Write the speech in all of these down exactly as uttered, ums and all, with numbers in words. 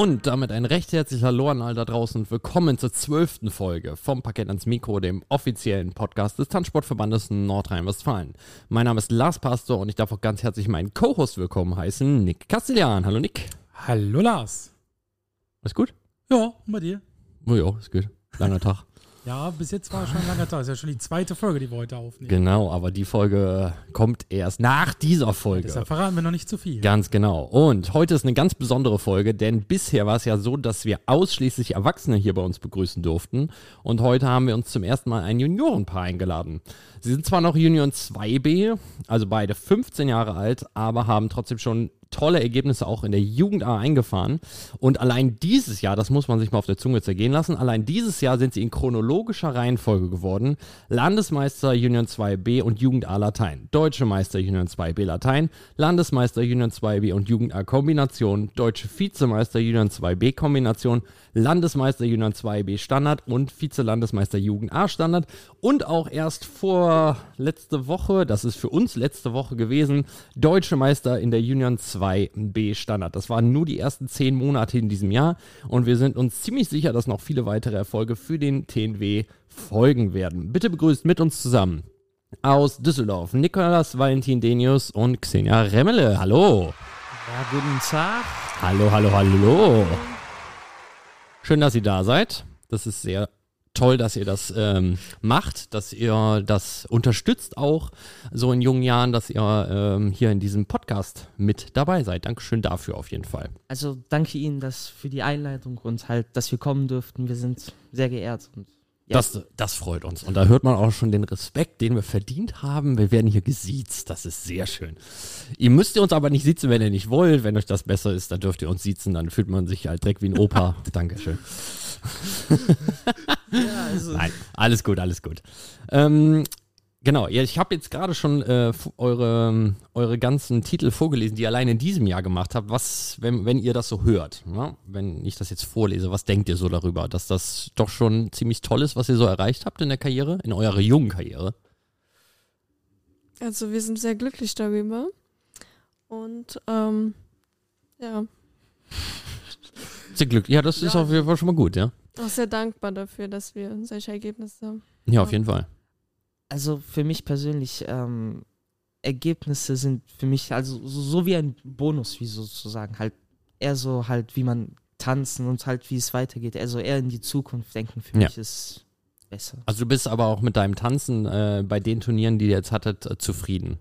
Und damit ein recht herzliches Hallo an all da draußen und willkommen zur zwölften Folge vom Parkett ans Mikro, dem offiziellen Podcast des Tanzsportverbandes Nordrhein-Westfalen. Mein Name ist Lars Pastor und ich darf auch ganz herzlich meinen Co-Host willkommen heißen, Nick Castellan. Hallo Nick. Hallo Lars. Alles gut? Ja, und bei dir? Oh ja, ist gut. Langer Tag. Ja, bis jetzt war schon ein langer Tag. Das ist ja schon die zweite Folge, die wir heute aufnehmen. Genau, aber die Folge kommt erst nach dieser Folge. Deshalb verraten wir noch nicht zu viel. Ganz genau. Und heute ist eine ganz besondere Folge, denn bisher war es ja so, dass wir ausschließlich Erwachsene hier bei uns begrüßen durften. Und heute haben wir uns zum ersten Mal ein Juniorenpaar eingeladen. Sie sind zwar noch Junioren zwei B, also beide fünfzehn Jahre alt, aber haben trotzdem schon tolle Ergebnisse auch in der Jugend A eingefahren. Und allein dieses Jahr, das muss man sich mal auf der Zunge zergehen lassen, allein dieses Jahr sind sie in chronologischer Reihenfolge geworden. Landesmeister Junioren zwei B und Jugend A Latein. Deutsche Meister Junioren zwei B Latein. Landesmeister Junioren zwei B und Jugend A Kombination. Deutsche Vizemeister Junioren zwei B Kombination. Landesmeister Junioren zwei B Standard und Vize-Landesmeister Jugend A Standard. Und auch erst vor letzte Woche, das ist für uns letzte Woche gewesen, Deutsche Meister in der Junioren zwei B Standard. Das waren nur die ersten zehn Monate in diesem Jahr und wir sind uns ziemlich sicher, dass noch viele weitere Erfolge für den T N W folgen werden. Bitte begrüßt mit uns zusammen aus Düsseldorf Nikolas Valentin Denius und Xenia Remmele. Hallo. Ja, guten Tag. Hallo, hallo, hallo. Schön, dass ihr da seid. Das ist sehr toll, dass ihr das ähm, macht, dass ihr das unterstützt auch so in jungen Jahren, dass ihr ähm, hier in diesem Podcast mit dabei seid. Dankeschön dafür auf jeden Fall. Also danke Ihnen das für die Einleitung und halt, dass wir kommen durften. Wir sind sehr geehrt. Und ja. Das, das freut uns. Und da hört man auch schon den Respekt, den wir verdient haben. Wir werden hier gesiezt. Das ist sehr schön. Ihr müsst ihr uns aber nicht siezen, wenn ihr nicht wollt. Wenn euch das besser ist, dann dürft ihr uns siezen. Dann fühlt man sich halt direkt wie ein Opa. Dankeschön. Ja, also. Nein, alles gut, alles gut. Ähm, genau, ja, ich habe jetzt gerade schon äh, f- eure, eure ganzen Titel vorgelesen, die ihr allein in diesem Jahr gemacht habt. Was, wenn, wenn ihr das so hört, ne? Wenn ich das jetzt vorlese, was denkt ihr so darüber, dass das doch schon ziemlich toll ist, was ihr so erreicht habt in der Karriere, in eurer jungen Karriere? Also wir sind sehr glücklich darüber und ähm, ja, Sehr glücklich. Ja, das ist Ja. auf jeden Fall schon mal gut, ja. auch sehr dankbar dafür, dass wir solche Ergebnisse haben. Ja, auf jeden Fall. Also für mich persönlich, ähm, Ergebnisse sind für mich also so, so wie ein Bonus, wie sozusagen. Halt eher so halt, wie man tanzen und halt, wie es weitergeht. Also eher in die Zukunft denken für Ja. mich ist besser. Also du bist aber auch mit deinem Tanzen äh, bei den Turnieren, die ihr jetzt hattet, äh, zufrieden.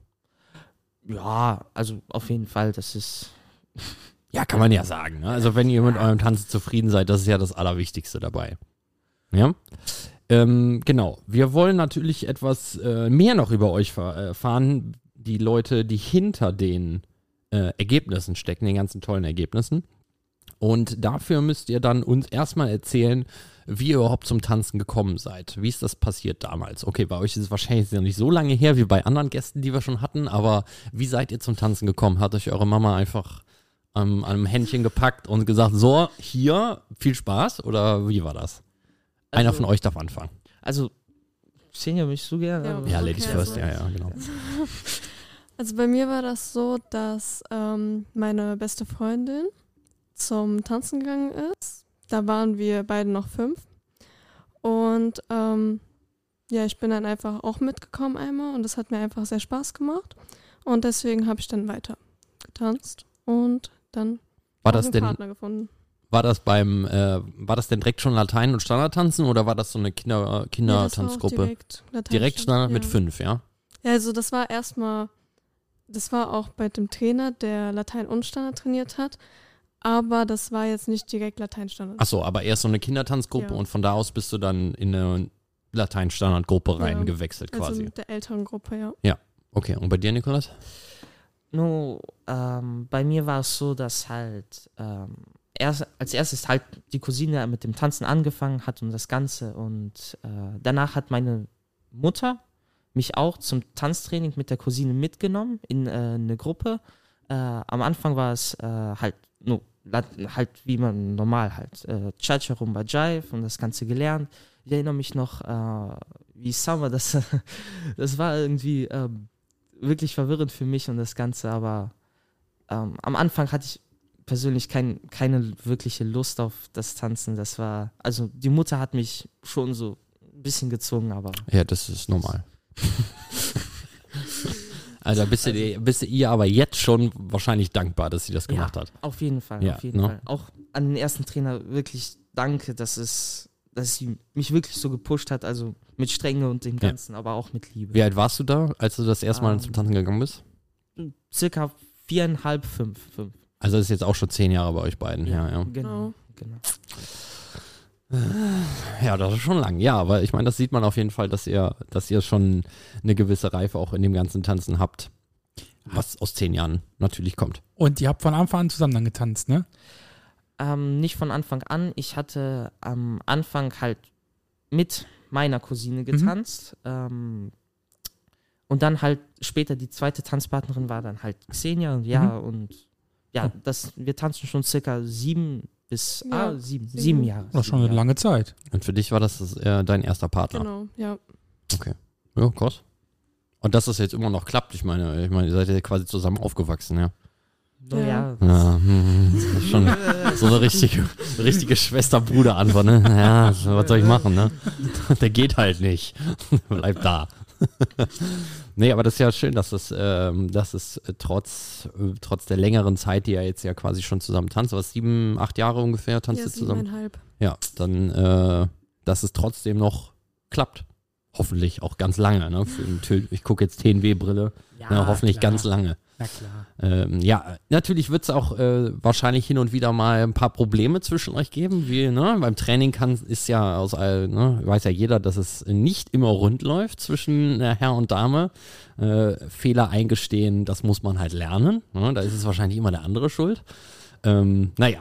Ja, also auf jeden Fall, das ist... Ja, kann man ja sagen. Ne? Also wenn ihr mit eurem Tanzen zufrieden seid, das ist ja das Allerwichtigste dabei. Ja, ähm, genau. Wir wollen natürlich etwas äh, mehr noch über euch ver- erfahren, die Leute, die hinter den äh, Ergebnissen stecken, den ganzen tollen Ergebnissen. Und dafür müsst ihr dann uns erstmal erzählen, wie ihr überhaupt zum Tanzen gekommen seid. Wie ist das passiert damals? Okay, bei euch ist es wahrscheinlich noch nicht so lange her wie bei anderen Gästen, die wir schon hatten, aber wie seid ihr zum Tanzen gekommen? Hat euch eure Mama einfach ähm, an einem Händchen gepackt und gesagt, so, hier, viel Spaß? Oder wie war das? Einer Also- von euch darf anfangen. Also, Xenia, möchtest du gerne? Ja, aber- Ja, okay, Ladies also- first, ja, ja, genau. Also bei mir war das so, dass ähm, meine beste Freundin zum Tanzen gegangen ist. Da waren wir beide noch fünf. Und ähm, ja, ich bin dann einfach auch mitgekommen einmal und das hat mir einfach sehr Spaß gemacht. Und deswegen habe ich dann weiter getanzt und dann War auch das einen denn, Partner gefunden. war das beim, äh, war das denn direkt schon Latein- und Standardtanzen oder war das so eine Kinder, Ja, das war auch Kindertanzgruppe? direkt Latein- Direkt Standard mit ja. fünf, ja? Ja, also das war erstmal, das war auch bei dem Trainer, der Latein und Standard trainiert hat, aber das war jetzt nicht direkt Latein-Standard. Achso, aber erst so eine Kindertanzgruppe Ja. und von da aus bist du dann in eine Latein-Standardgruppe rein Ja. gewechselt Also quasi. mit der älteren Gruppe, ja. Okay, und bei dir, Nikolas? No, ähm, bei mir war es so, dass halt ähm, erst, als erstes halt die Cousine mit dem Tanzen angefangen hat und das Ganze und äh, danach hat meine Mutter mich auch zum Tanztraining mit der Cousine mitgenommen in äh, eine Gruppe. Äh, am Anfang war es äh, halt no, halt wie man normal halt äh, Cha-Cha, Rumba, Jive und das Ganze gelernt. Ich erinnere mich noch, äh, wie Summer, das, das war irgendwie ähm, wirklich verwirrend für mich und das Ganze, aber ähm, am Anfang hatte ich persönlich kein, keine wirkliche Lust auf das Tanzen. Das war, also die Mutter hat mich schon so ein bisschen gezwungen, aber. Ja, das ist normal. Also bist du, die, bist du ihr aber jetzt schon wahrscheinlich dankbar, dass sie das gemacht ja, hat. Auf jeden Fall, Ja, auf jeden ne? Fall. Auch an den ersten Trainer wirklich danke, dass es, dass sie mich wirklich so gepusht hat, also mit Strenge und dem Ja. Ganzen, aber auch mit Liebe. Wie alt warst du da, als du das erste Mal Ähm, zum Tanzen gegangen bist? Circa viereinhalb, fünf, fünf. Also das ist jetzt auch schon zehn Jahre bei euch beiden. Ja, ja. Genau, genau. Ja, das ist schon lang. Ja, aber ich meine, das sieht man auf jeden Fall, dass ihr, dass ihr schon eine gewisse Reife auch in dem ganzen Tanzen habt, was aus zehn Jahren natürlich kommt. Und ihr habt von Anfang an zusammen dann getanzt, ne? Ähm, nicht von Anfang an. Ich hatte am Anfang halt mit meiner Cousine getanzt. Ähm, und dann halt später die zweite Tanzpartnerin war dann halt Xenia. Ja, Mhm. und ja, das, wir tanzen schon circa sieben bis Ja, ah, sieben, sieben. sieben Jahre. Das ist schon eine sieben lange Zeit. Und für dich war das, das äh, dein erster Partner. Genau, ja. Okay. Ja, krass. Und dass das jetzt immer noch klappt, ich meine, ich meine, ihr seid ja quasi zusammen aufgewachsen, ja. Jahre. Ja. Ja, hm, das ist schon so eine richtige, richtige Schwester-Bruder-Antwort, ne? Ja, was soll ich machen, ne? Der geht halt nicht. Bleibt da. Nee, aber das ist ja schön, dass es, ähm, dass es äh, trotz, äh, trotz der längeren Zeit, die ihr jetzt ja quasi schon zusammen tanzt, was sieben, acht Jahre ungefähr tanzt Ja, ihr zusammen? siebeneinhalb. Ja, dann, äh, dass es trotzdem noch klappt. Hoffentlich auch ganz lange, ne? Für den Tö- ich gucke jetzt T N W-Brille. Ja, Ja, hoffentlich klar. ganz lange. Na klar. Ähm, ja, natürlich wird es auch äh, wahrscheinlich hin und wieder mal ein paar Probleme zwischen euch geben. Wie, ne? Beim Training kann, ist ja aus all, ne, weiß ja jeder, dass es nicht immer rund läuft zwischen äh, Herr und Dame. Äh, Fehler eingestehen, das muss man halt lernen. Ne? Da ist es wahrscheinlich immer der andere schuld. Ähm, naja.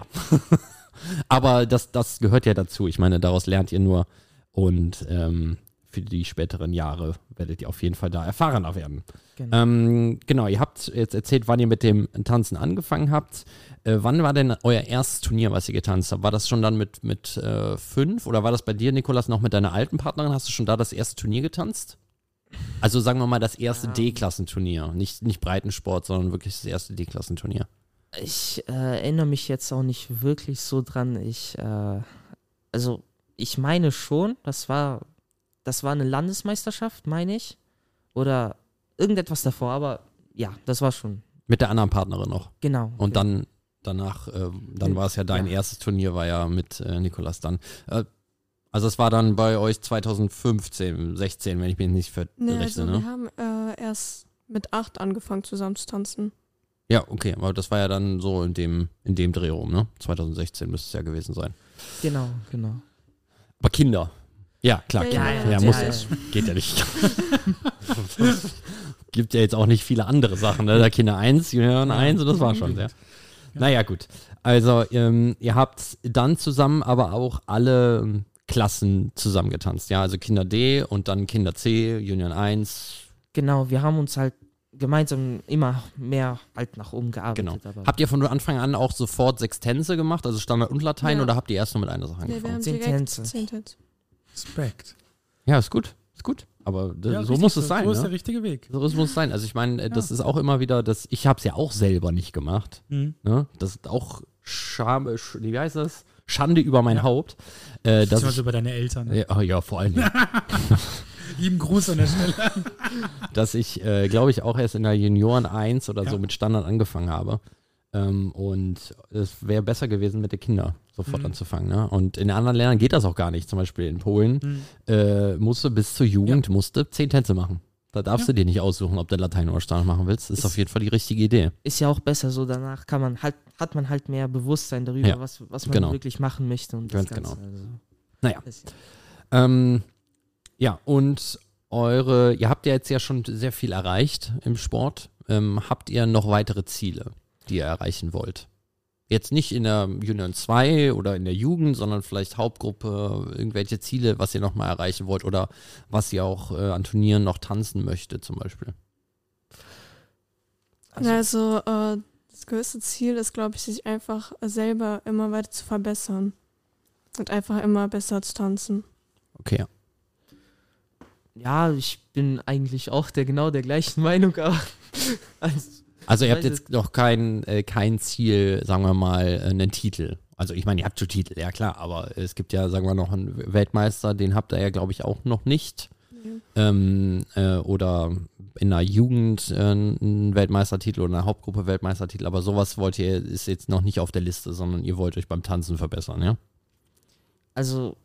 Aber das, das gehört ja dazu. Ich meine, daraus lernt ihr nur. Und ähm, für die späteren Jahre werdet ihr auf jeden Fall da erfahrener werden. Genau. Ähm, genau, ihr habt jetzt erzählt, wann ihr mit dem Tanzen angefangen habt. Äh, wann war denn euer erstes Turnier, was ihr getanzt habt? War das schon dann mit, mit äh, fünf oder war das bei dir, Nikolas, noch mit deiner alten Partnerin? Hast du schon da das erste Turnier getanzt? Also sagen wir mal das erste Ja. D-Klassenturnier. Nicht, nicht Breitensport, sondern wirklich das erste D-Klassenturnier. Ich äh, erinnere mich jetzt auch nicht wirklich so dran. Ich, äh, also ich meine schon, das war, das war eine Landesmeisterschaft, meine ich. Oder irgendetwas davor, aber ja, das war schon. Mit der anderen Partnerin noch. Genau. Und genau. dann danach, äh, dann war es ja dein Ja. erstes Turnier, war ja mit äh, Nikolas dann. Äh, also es war dann bei euch zwanzig fünfzehn, sechzehn, wenn ich mich nicht Nee, verrechne, also ne? wir haben äh, erst mit acht angefangen zusammen zu tanzen. Ja, okay, aber das war ja dann so in dem, in dem Dreh rum, ne? zwanzig sechzehn müsste es ja gewesen sein. Genau, genau. Aber Kinder. Ja, klar, Ja, Kinder. ja, Ja, ja, muss, ja, geht ja nicht. Gibt ja jetzt auch nicht viele andere Sachen, ne? Da Kinder eins, Junioren eins und das war schon, ja. Naja, gut. Also, ähm, ihr habt dann zusammen aber auch alle ähm, Klassen zusammen getanzt, ja? Also Kinder D und dann Kinder C, Junioren eins. Genau, wir haben uns halt gemeinsam immer mehr halt nach oben gearbeitet. Genau. Aber Habt ihr von Anfang an auch sofort sechs Tänze gemacht, also Standard und Latein, Ja. oder habt ihr erst nur mit einer Sache Nee, wir angefangen? haben Zehn direkt Tänze. zehn Tänze. Respekt. Ja, ist gut, ist gut. Aber d- Ja, so richtig, muss es sein, So ist ne? der richtige Weg. So muss es sein. Also ich meine, äh, das ist auch immer wieder, das, ich habe es ja auch selber nicht gemacht. Mhm. Ne? Das ist auch Scham, sch, wie heißt das? Schande über mein Ja. Haupt. Äh, dass Beziehungsweise ich, über deine Eltern. ja, oh ja, vor allen Dingen. Lieben Gruß an der Stelle. dass ich, äh, glaube ich, auch erst in der Junioren eins oder Ja. so mit Standard angefangen habe. Ähm, und es wäre besser gewesen, mit den Kindern sofort Mhm. anzufangen. Ne? Und in anderen Ländern geht das auch gar nicht. Zum Beispiel in Polen Mhm. äh, musst du bis zur Jugend musste zehn Tänze machen. Da darfst Ja. du dir nicht aussuchen, ob du Latein oder Standard machen willst. Das ist Ist- auf jeden Fall die richtige Idee. ist ja auch besser so, danach kann man halt, hat man halt mehr Bewusstsein darüber, Ja, was, was man genau. wirklich machen möchte. Und das Ganz Ganze. genau. Also, Naja. ist- Ähm, ja, und eure, ihr habt ja jetzt ja schon sehr viel erreicht im Sport. Ähm, habt ihr noch weitere Ziele, die ihr erreichen wollt? Jetzt nicht in der Junioren zwei oder in der Jugend, sondern vielleicht Hauptgruppe, irgendwelche Ziele, was ihr noch mal erreichen wollt oder was ihr auch äh, an Turnieren noch tanzen möchtet zum Beispiel. Also- Also, äh, das größte Ziel ist, glaube ich, sich einfach selber immer weiter zu verbessern. Und einfach immer besser zu tanzen. Okay, ja. Ja, ich bin eigentlich auch der genau der gleichen Meinung, aber als, Also ihr habt Weil- jetzt noch kein, äh, kein Ziel, sagen wir mal, äh, einen Titel. Also ich meine, ihr habt schon Titel, ja klar, aber es gibt ja, sagen wir noch einen Weltmeister, den habt ihr ja, glaube ich, auch noch nicht. Ja. Ähm, äh, oder in der Jugend äh, einen Weltmeistertitel oder in der Hauptgruppe Weltmeistertitel, aber sowas wollt ihr, ist jetzt noch nicht auf der Liste, sondern ihr wollt euch beim Tanzen verbessern, ja? Also,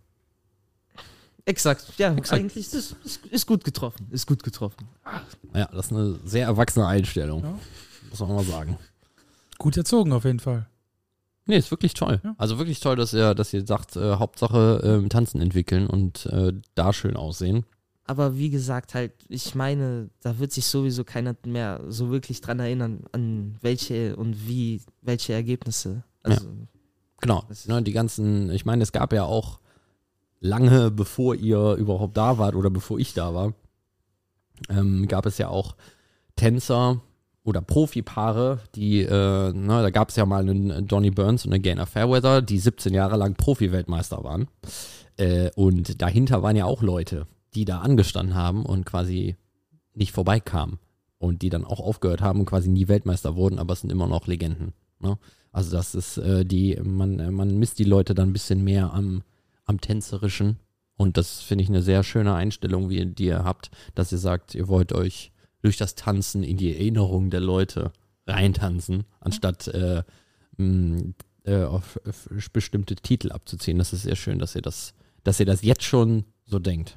exakt, ja, Exakt. eigentlich ist, ist, ist gut getroffen, ist gut getroffen. Ja, das ist eine sehr erwachsene Einstellung, Ja. muss man mal sagen. Gut erzogen auf jeden Fall. Nee, ist wirklich toll. Ja. Also wirklich toll, dass ihr, dass ihr sagt, äh, Hauptsache ähm, Tanzen entwickeln und äh, da schön aussehen. Aber wie gesagt, halt, ich meine, da wird sich sowieso keiner mehr so wirklich dran erinnern, an welche und wie, welche Ergebnisse. Also, Genau, Das- ne, die ganzen, ich meine, es gab ja auch lange, bevor ihr überhaupt da wart oder bevor ich da war, ähm, gab es ja auch Tänzer oder Profipaare, die, äh, ne, da gab es ja mal einen Donny Burns und eine Gaynor Fairweather, die siebzehn Jahre lang Profi-Weltmeister waren. Äh, und dahinter waren ja auch Leute, die da angestanden haben und quasi nicht vorbeikamen. Und die dann auch aufgehört haben und quasi nie Weltmeister wurden, aber es sind immer noch Legenden. Ne? Also das ist äh, die, man, äh, man misst die Leute dann ein bisschen mehr am, am Tänzerischen. Und das finde ich eine sehr schöne Einstellung, wie die ihr habt, dass ihr sagt, ihr wollt euch durch das Tanzen in die Erinnerung der Leute reintanzen, anstatt äh, mh, äh, auf, auf bestimmte Titel abzuziehen. Das ist sehr schön, dass ihr das, dass ihr das jetzt schon so denkt.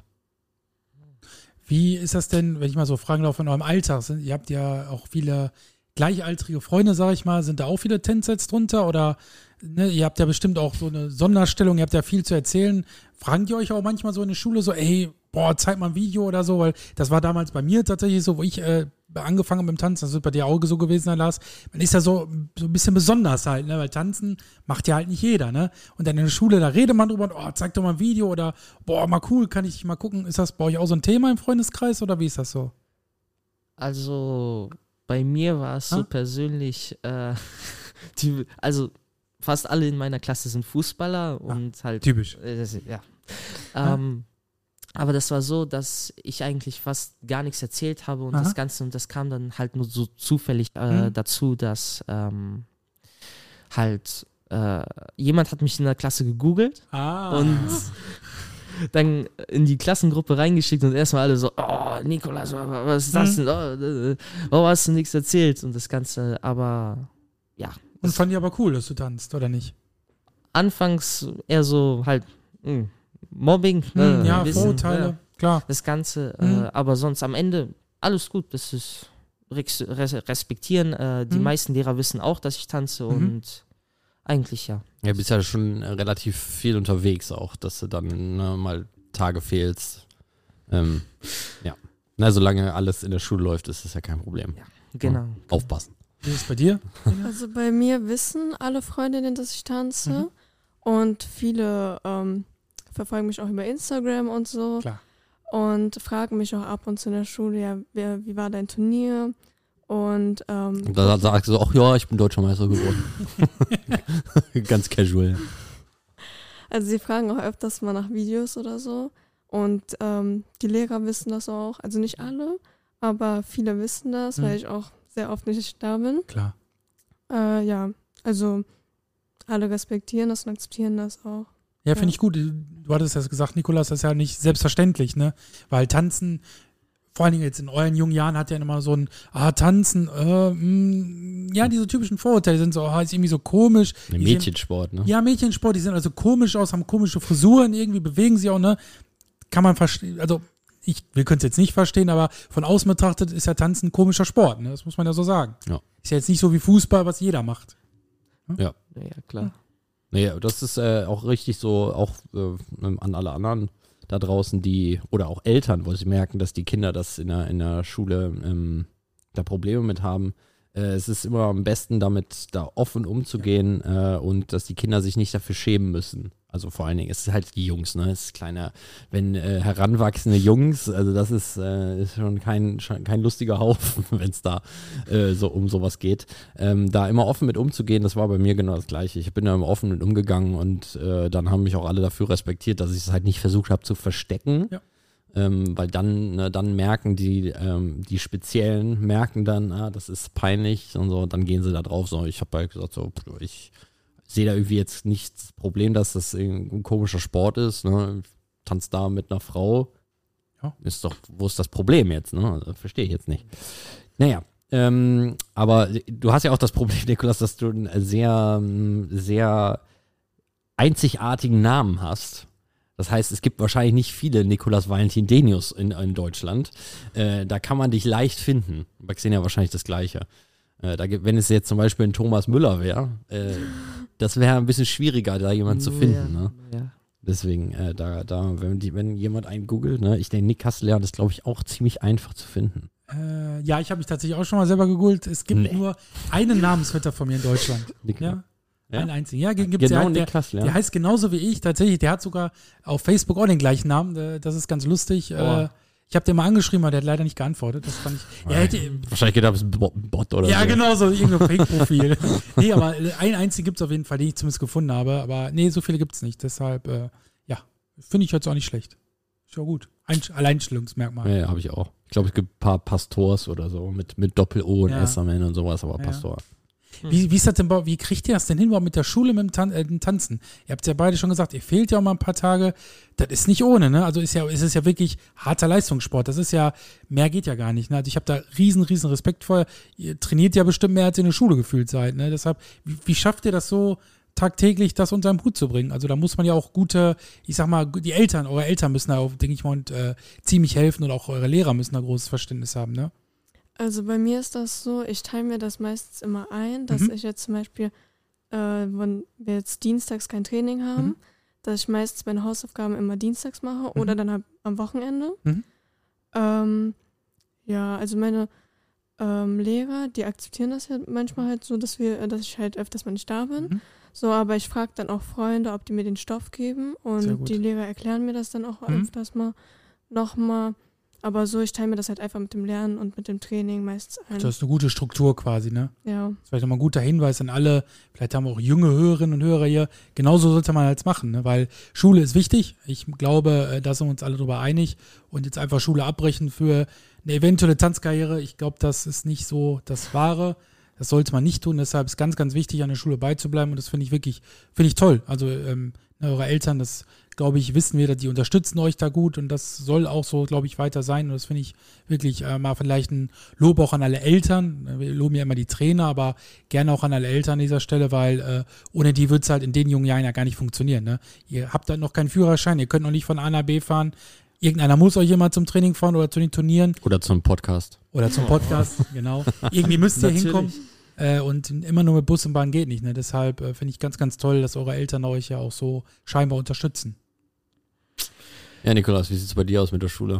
Wie ist das denn, wenn ich mal so fragen darf, in eurem Alltag? Sind, ihr habt ja auch viele gleichaltrige Freunde, sag ich mal. Sind da auch viele Tänzer jetzt drunter? Oder ne, ihr habt ja bestimmt auch so eine Sonderstellung, ihr habt ja viel zu erzählen. Fragen die euch auch manchmal so in der Schule so, ey, boah, zeig mal ein Video oder so? Weil das war damals bei mir tatsächlich so, wo ich äh, angefangen habe mit dem Tanzen. Das wird bei dir auch so gewesen, Herr Lars. Man ist ja so, so ein bisschen besonders halt, ne? Weil Tanzen macht ja halt nicht jeder, ne? Und dann in der Schule, da redet man drüber, und, oh, zeig doch mal ein Video oder, boah, mal cool, kann ich mal gucken. Ist das bei euch auch so ein Thema im Freundeskreis oder wie ist das so? also bei mir war es so Ah. persönlich, äh, die, also fast alle in meiner Klasse sind Fußballer und halt Typisch. Äh, das, ja. Ähm, aber das war so, dass ich eigentlich fast gar nichts erzählt habe und Aha. das Ganze, und das kam dann halt nur so zufällig äh, Mhm. dazu, dass ähm, halt äh, jemand hat mich in der Klasse gegoogelt Ah. und dann in die Klassengruppe reingeschickt und erstmal alle so, oh, Nikolas, wa- was ist das Mhm. denn? Oh, äh, äh, warum hast du nichts erzählt? Und das Ganze, aber ja. Und fand ich aber cool, dass du tanzt, oder nicht? Anfangs eher so halt mh, Mobbing, Hm, äh, ja, Wissen, Vorurteile, ja, klar. das Ganze, Mhm. äh, aber sonst am Ende alles gut, das ist rex- res- respektieren, äh, die Mhm. meisten Lehrer wissen auch, dass ich tanze Mhm. und eigentlich ja. Ja, bist ja schon äh, relativ viel unterwegs auch, dass du dann ne, mal Tage fehlst. Ähm, ja. Na, solange alles in der Schule läuft, ist das ja kein Problem. Genau. Aufpassen. Wie ist es bei dir? Also bei mir wissen alle Freundinnen, dass ich tanze. Mhm. Und viele ähm, verfolgen mich auch über Instagram und so. Klar. Und fragen mich auch ab und zu in der Schule, ja, wer, wie war dein Turnier? Und ähm, Und da sagst du so, ach ja, ich bin Deutscher Meister geworden. Ganz casual. also sie fragen auch öfters mal nach Videos oder so. Und ähm, die Lehrer wissen das auch. Also nicht alle, aber viele wissen das, Mhm. weil ich auch sehr oft nicht da bin. Klar. Äh, ja, also alle respektieren das und akzeptieren das auch. Ja, finde Ja. ich gut. Du hattest das gesagt, Nikolas, das ist ja nicht selbstverständlich, ne? Weil Tanzen, vor allen Dingen jetzt in euren jungen Jahren, hat ja immer so ein, ah, Tanzen, äh, mh, ja, diese typischen Vorurteile sind so, ah, ist irgendwie so komisch. Ein Die Mädchensport, ne? Sehen, ja, Mädchensport, die sehen also komisch aus, haben komische Frisuren, irgendwie bewegen sie auch, ne? Kann man verstehen, also ich, wir können es jetzt nicht verstehen, aber von außen betrachtet ist ja Tanzen ein komischer Sport, ne? Das muss man ja so sagen. Ja. Ist ja jetzt nicht so wie Fußball, was jeder macht. Ja. Ja, klar. Nee, das ist äh, auch richtig so, auch äh, an alle anderen da draußen, die, oder auch Eltern, wo sie merken, dass die Kinder das in der, in der Schule ähm, da Probleme mit haben. Äh, es ist immer am besten, damit da offen umzugehen äh, und dass die Kinder sich nicht dafür schämen müssen. Also vor allen Dingen, es ist halt die Jungs, ne? Es ist kleiner, wenn äh, heranwachsende Jungs, also das ist, äh, ist schon kein, schon kein lustiger Haufen, wenn es da äh, so um sowas geht. Ähm, da immer offen mit umzugehen, das war bei mir genau das Gleiche. Ich bin da immer offen mit umgegangen und äh, dann haben mich auch alle dafür respektiert, dass ich es halt nicht versucht habe zu verstecken. Ja. Ähm, weil dann, ne, dann merken die, ähm, die Speziellen, merken dann, ah, das ist peinlich und so, dann gehen sie da drauf. So, ich habe halt gesagt, so, ich sehe da irgendwie jetzt nicht das Problem, dass das ein komischer Sport ist. Ne? Tanzt da mit einer Frau. Ja. Ist doch, wo ist das Problem jetzt? Ne? Also, verstehe ich jetzt nicht. Naja, ähm, aber du hast ja auch das Problem, Nikolas, dass du einen sehr, sehr einzigartigen Namen hast. Das heißt, es gibt wahrscheinlich nicht viele Nicolas Valentin Denius in, in Deutschland. Äh, da kann man dich leicht finden. Bei Xenia wahrscheinlich das Gleiche. Äh, da gibt, wenn es jetzt zum Beispiel ein Thomas Müller wäre, äh, das wäre ein bisschen schwieriger, da jemanden zu finden. Ja, ne? ja. Deswegen, äh, da, da, wenn, die, wenn jemand einen googelt, ne, ich denke, Nick Kastler, das ist, glaube ich, auch ziemlich einfach zu finden. Äh, ja, ich habe mich tatsächlich auch schon mal selber gegoogelt. Es gibt Nee. nur einen Namensvetter von mir in Deutschland. Nick, Ja? Ja? Einen einzigen. Ja, gibt es Genau, ja, Nick der, Kastler. der heißt genauso wie ich. Tatsächlich, der hat sogar auf Facebook auch den gleichen Namen. Äh, Das ist ganz lustig. Oh. Äh, Ich habe den mal angeschrieben, aber der hat leider nicht geantwortet. Das fand ich. Er hätte, Wahrscheinlich gedacht, das ist ein Bo- Bot oder ja, so. genau, so irgendein Fake-Profil. Nee, aber einen einzigen gibt es auf jeden Fall, den ich zumindest gefunden habe. Aber nee, so viele gibt es nicht. Deshalb, äh, ja, finde ich jetzt auch nicht schlecht. Ist ja gut. Ein Alleinstellungsmerkmal. Ja, ja habe ich auch. Ich glaube, es gibt ein paar Pastors oder so mit, mit Doppel-O und Ja. S am Ende und sowas, aber Ja. Pastor. Wie, wie ist das denn, bei- wie kriegt ihr das denn hin überhaupt mit der Schule, mit dem, Tan äh, dem Tanzen? Ihr habt ja beide schon gesagt, ihr fehlt ja auch mal ein paar Tage. Das ist nicht ohne, ne? Also ist ja, ist es ja wirklich harter Leistungssport. Das ist ja, mehr geht ja gar nicht, ne? Also ich habe da riesen, riesen Respekt vor. Ihr trainiert ja bestimmt mehr, als ihr in der Schule gefühlt seid, ne? Deshalb, wie, wie schafft ihr das so tagtäglich, das unter einen Hut zu bringen? Also da muss man ja auch gute, ich sag mal, die Eltern, eure Eltern müssen da auch, denke ich mal, und, äh, ziemlich helfen und auch eure Lehrer müssen da großes Verständnis haben, ne? Also bei mir ist das so, ich teile mir das meistens immer ein, dass Mhm. ich jetzt zum Beispiel, äh, wenn wir jetzt dienstags kein Training haben, Mhm. dass ich meistens meine Hausaufgaben immer dienstags mache Mhm. oder dann halt am Wochenende. Mhm. Ähm, ja, also meine ähm, Lehrer, die akzeptieren das ja manchmal halt so, dass wir, dass ich halt öfters mal nicht da bin. Mhm. So, aber ich frage dann auch Freunde, ob die mir den Stoff geben Sehr und gut. die Lehrer erklären mir das dann auch Mhm. öfters mal nochmal. Aber so, ich teile mir das halt einfach mit dem Lernen und mit dem Training meistens ein. Das ist eine gute Struktur quasi, ne? Ja. Das ist vielleicht nochmal ein guter Hinweis an alle, vielleicht haben wir auch junge Hörerinnen und Hörer hier, genauso sollte man halt machen, ne? Weil Schule ist wichtig, ich glaube, äh, da sind wir uns alle drüber einig und jetzt einfach Schule abbrechen für eine eventuelle Tanzkarriere, ich glaube, das ist nicht so das Wahre, das sollte man nicht tun, deshalb ist ganz, ganz wichtig, an der Schule beizubleiben und das finde ich wirklich, finde ich toll, also ähm, eure Eltern, das glaube ich, wissen wir, dass die unterstützen euch da gut und das soll auch so, glaube ich, weiter sein und das finde ich wirklich äh, mal vielleicht ein Lob auch an alle Eltern. Wir loben ja immer die Trainer, aber gerne auch an alle Eltern an dieser Stelle, weil äh, ohne die wird es halt in den jungen Jahren ja gar nicht funktionieren. Ne? Ihr habt dann noch keinen Führerschein, ihr könnt noch nicht von A nach B fahren. Irgendeiner muss euch immer zum Training fahren oder zu den Turnieren Oder zum Podcast. oder zum Podcast, genau. Irgendwie müsst ihr Natürlich. hinkommen. Äh, und immer nur mit Bus und Bahn geht nicht. Ne? Deshalb äh, finde ich ganz, ganz toll, dass eure Eltern euch ja auch so scheinbar unterstützen. Ja, Nikolas, wie sieht es bei dir aus mit der Schule?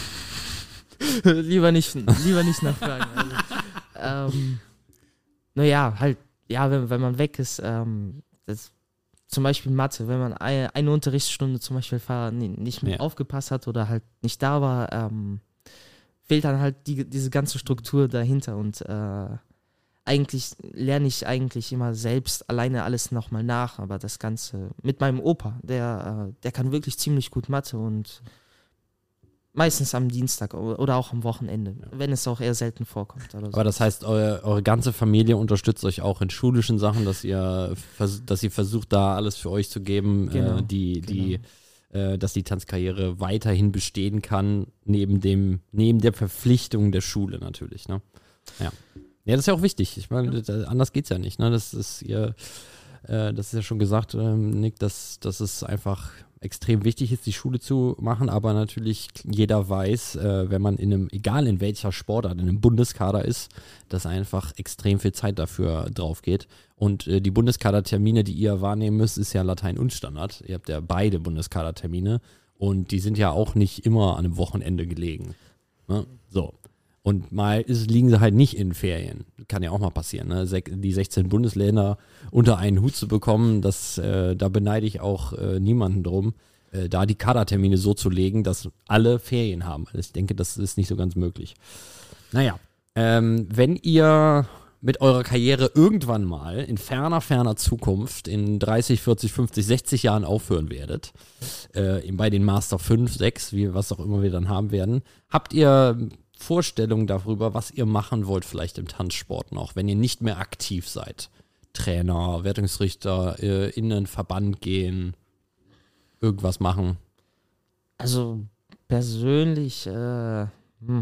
lieber nicht, lieber nicht nachfragen. Also, ähm, naja, halt, ja, wenn, wenn man weg ist, ähm, das, zum Beispiel Mathe, wenn man eine, eine Unterrichtsstunde zum Beispiel fahr, nee, nicht mehr Ja. aufgepasst hat oder halt nicht da war, ähm, fehlt dann halt die, diese ganze Struktur dahinter und äh, eigentlich lerne ich eigentlich immer selbst alleine alles nochmal nach, aber das Ganze mit meinem Opa, der, äh, der kann wirklich ziemlich gut Mathe und meistens am Dienstag oder auch am Wochenende, wenn es auch eher selten vorkommt. Oder so. Aber das heißt, eure, eure ganze Familie unterstützt euch auch in schulischen Sachen, dass ihr, vers- dass ihr versucht, da alles für euch zu geben, Genau, äh, die, die, äh, dass die Tanzkarriere weiterhin bestehen kann, neben dem, neben der Verpflichtung der Schule natürlich, ne? Ja. Ja, das ist ja auch wichtig. Ich meine, da- anders geht's ja nicht, ne? Das ist ihr, äh, das ist ja schon gesagt, ähm, Nick, dass, dass es einfach extrem wichtig ist, die Schule zu machen, aber natürlich jeder weiß, äh, wenn man in einem, egal in welcher Sportart, in einem Bundeskader ist, dass einfach extrem viel Zeit dafür drauf geht. Und äh, die Bundeskadertermine, die ihr wahrnehmen müsst, ist ja Latein und Standard. Ihr habt ja beide Bundeskadertermine und die sind ja auch nicht immer an einem Wochenende gelegen. Ne? So. Und mal ist, liegen sie halt nicht in Ferien. Kann ja auch mal passieren. Ne? Sek- die sechzehn Bundesländer unter einen Hut zu bekommen, das, äh, da beneide ich auch äh, niemanden drum, äh, da die Kadertermine so zu legen, dass alle Ferien haben. Also ich denke, das ist nicht so ganz möglich. Naja, ähm, wenn ihr mit eurer Karriere irgendwann mal in ferner, ferner Zukunft in dreißig, vierzig, fünfzig, sechzig Jahren aufhören werdet, äh, bei den Master fünf, sechs, wie, was auch immer wir dann haben werden, habt ihr Vorstellungen darüber, was ihr machen wollt vielleicht im Tanzsport noch, wenn ihr nicht mehr aktiv seid? Trainer, Wertungsrichter, äh, in einen Verband gehen, irgendwas machen? Also persönlich, äh, hm.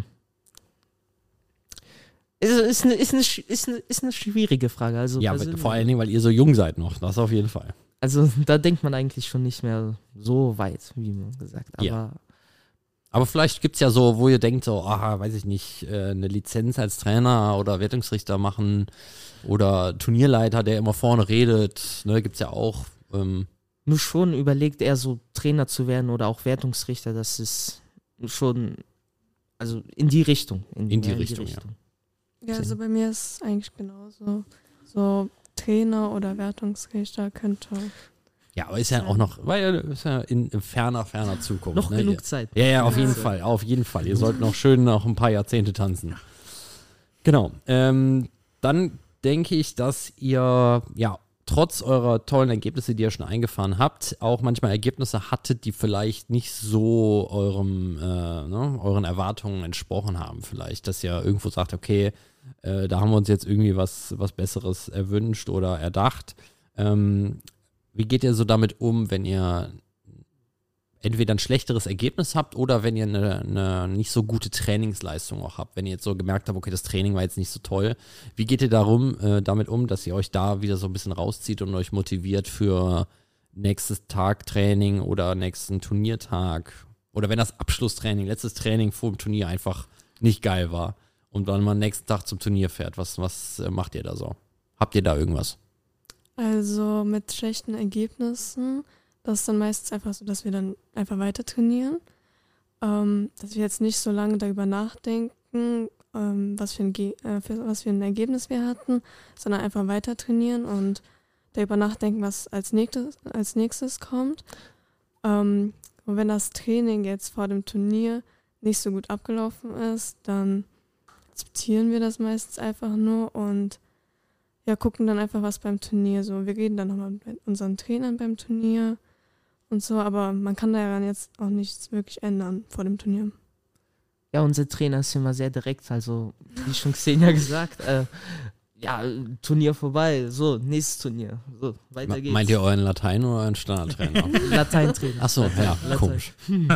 Ist, ist, eine, ist, eine, ist, eine, ist eine schwierige Frage. Also ja, vor allen Dingen, weil ihr so jung seid noch, das auf jeden Fall. Also da denkt man eigentlich schon nicht mehr so weit, wie man gesagt. Aber, ja. Aber vielleicht gibt es ja so, wo ihr denkt, so, aha, weiß ich nicht, äh, eine Lizenz als Trainer oder Wertungsrichter machen oder Turnierleiter, der immer vorne redet, ne, gibt es ja auch. Ähm, Nur schon überlegt, eher so Trainer zu werden oder auch Wertungsrichter, das ist schon, also in die Richtung. In, in die, ja, Richtung, in die Richtung, ja. Ja, also bei mir ist es eigentlich genauso. So Trainer oder Wertungsrichter könnte. Ja, aber ist ja auch noch, weil ist ja in, in ferner, ferner Zukunft. Noch ne? genug ihr, Zeit. Ja, ja, auf jeden Fall, auf jeden Fall. Ihr sollt noch schön noch ein paar Jahrzehnte tanzen. Genau. Ähm, dann denke ich, dass ihr, ja, trotz eurer tollen Ergebnisse, die ihr schon eingefahren habt, auch manchmal Ergebnisse hattet, die vielleicht nicht so eurem, äh, ne, euren Erwartungen entsprochen haben. Vielleicht, dass ihr irgendwo sagt, okay, äh, da haben wir uns jetzt irgendwie was, was Besseres erwünscht oder erdacht. Ähm, wie geht ihr so damit um, wenn ihr entweder ein schlechteres Ergebnis habt oder wenn ihr eine, eine nicht so gute Trainingsleistung auch habt, wenn ihr jetzt so gemerkt habt, okay, das Training war jetzt nicht so toll. Wie geht ihr darum, äh, damit um, dass ihr euch da wieder so ein bisschen rauszieht und euch motiviert für nächstes Tag Training oder nächsten Turniertag? Oder wenn das Abschlusstraining, letztes Training vor dem Turnier einfach nicht geil war und dann mal nächsten Tag zum Turnier fährt, was, was äh, macht ihr da so? Habt ihr da irgendwas? Also mit schlechten Ergebnissen, das ist dann meistens einfach so, dass wir dann einfach weiter trainieren. Ähm, dass wir jetzt nicht so lange darüber nachdenken, ähm, was, für ein Ge- äh, für, was für ein Ergebnis wir hatten, sondern einfach weiter trainieren und darüber nachdenken, was als nächstes, als nächstes kommt. Ähm, und wenn das Training jetzt vor dem Turnier nicht so gut abgelaufen ist, dann akzeptieren wir das meistens einfach nur und ja, gucken dann einfach, was beim Turnier so. Wir reden dann nochmal mit unseren Trainern beim Turnier und so, aber man kann daran jetzt auch nichts wirklich ändern vor dem Turnier. Ja, unser Trainer ist immer sehr direkt, also wie schon Xenia gesagt, äh, ja, Turnier vorbei, so, nächstes Turnier, so, weiter geht's. Meint ihr euren Latein oder euren Standardtrainer? Lateintrainer. Achso, ja, Latein. Komisch.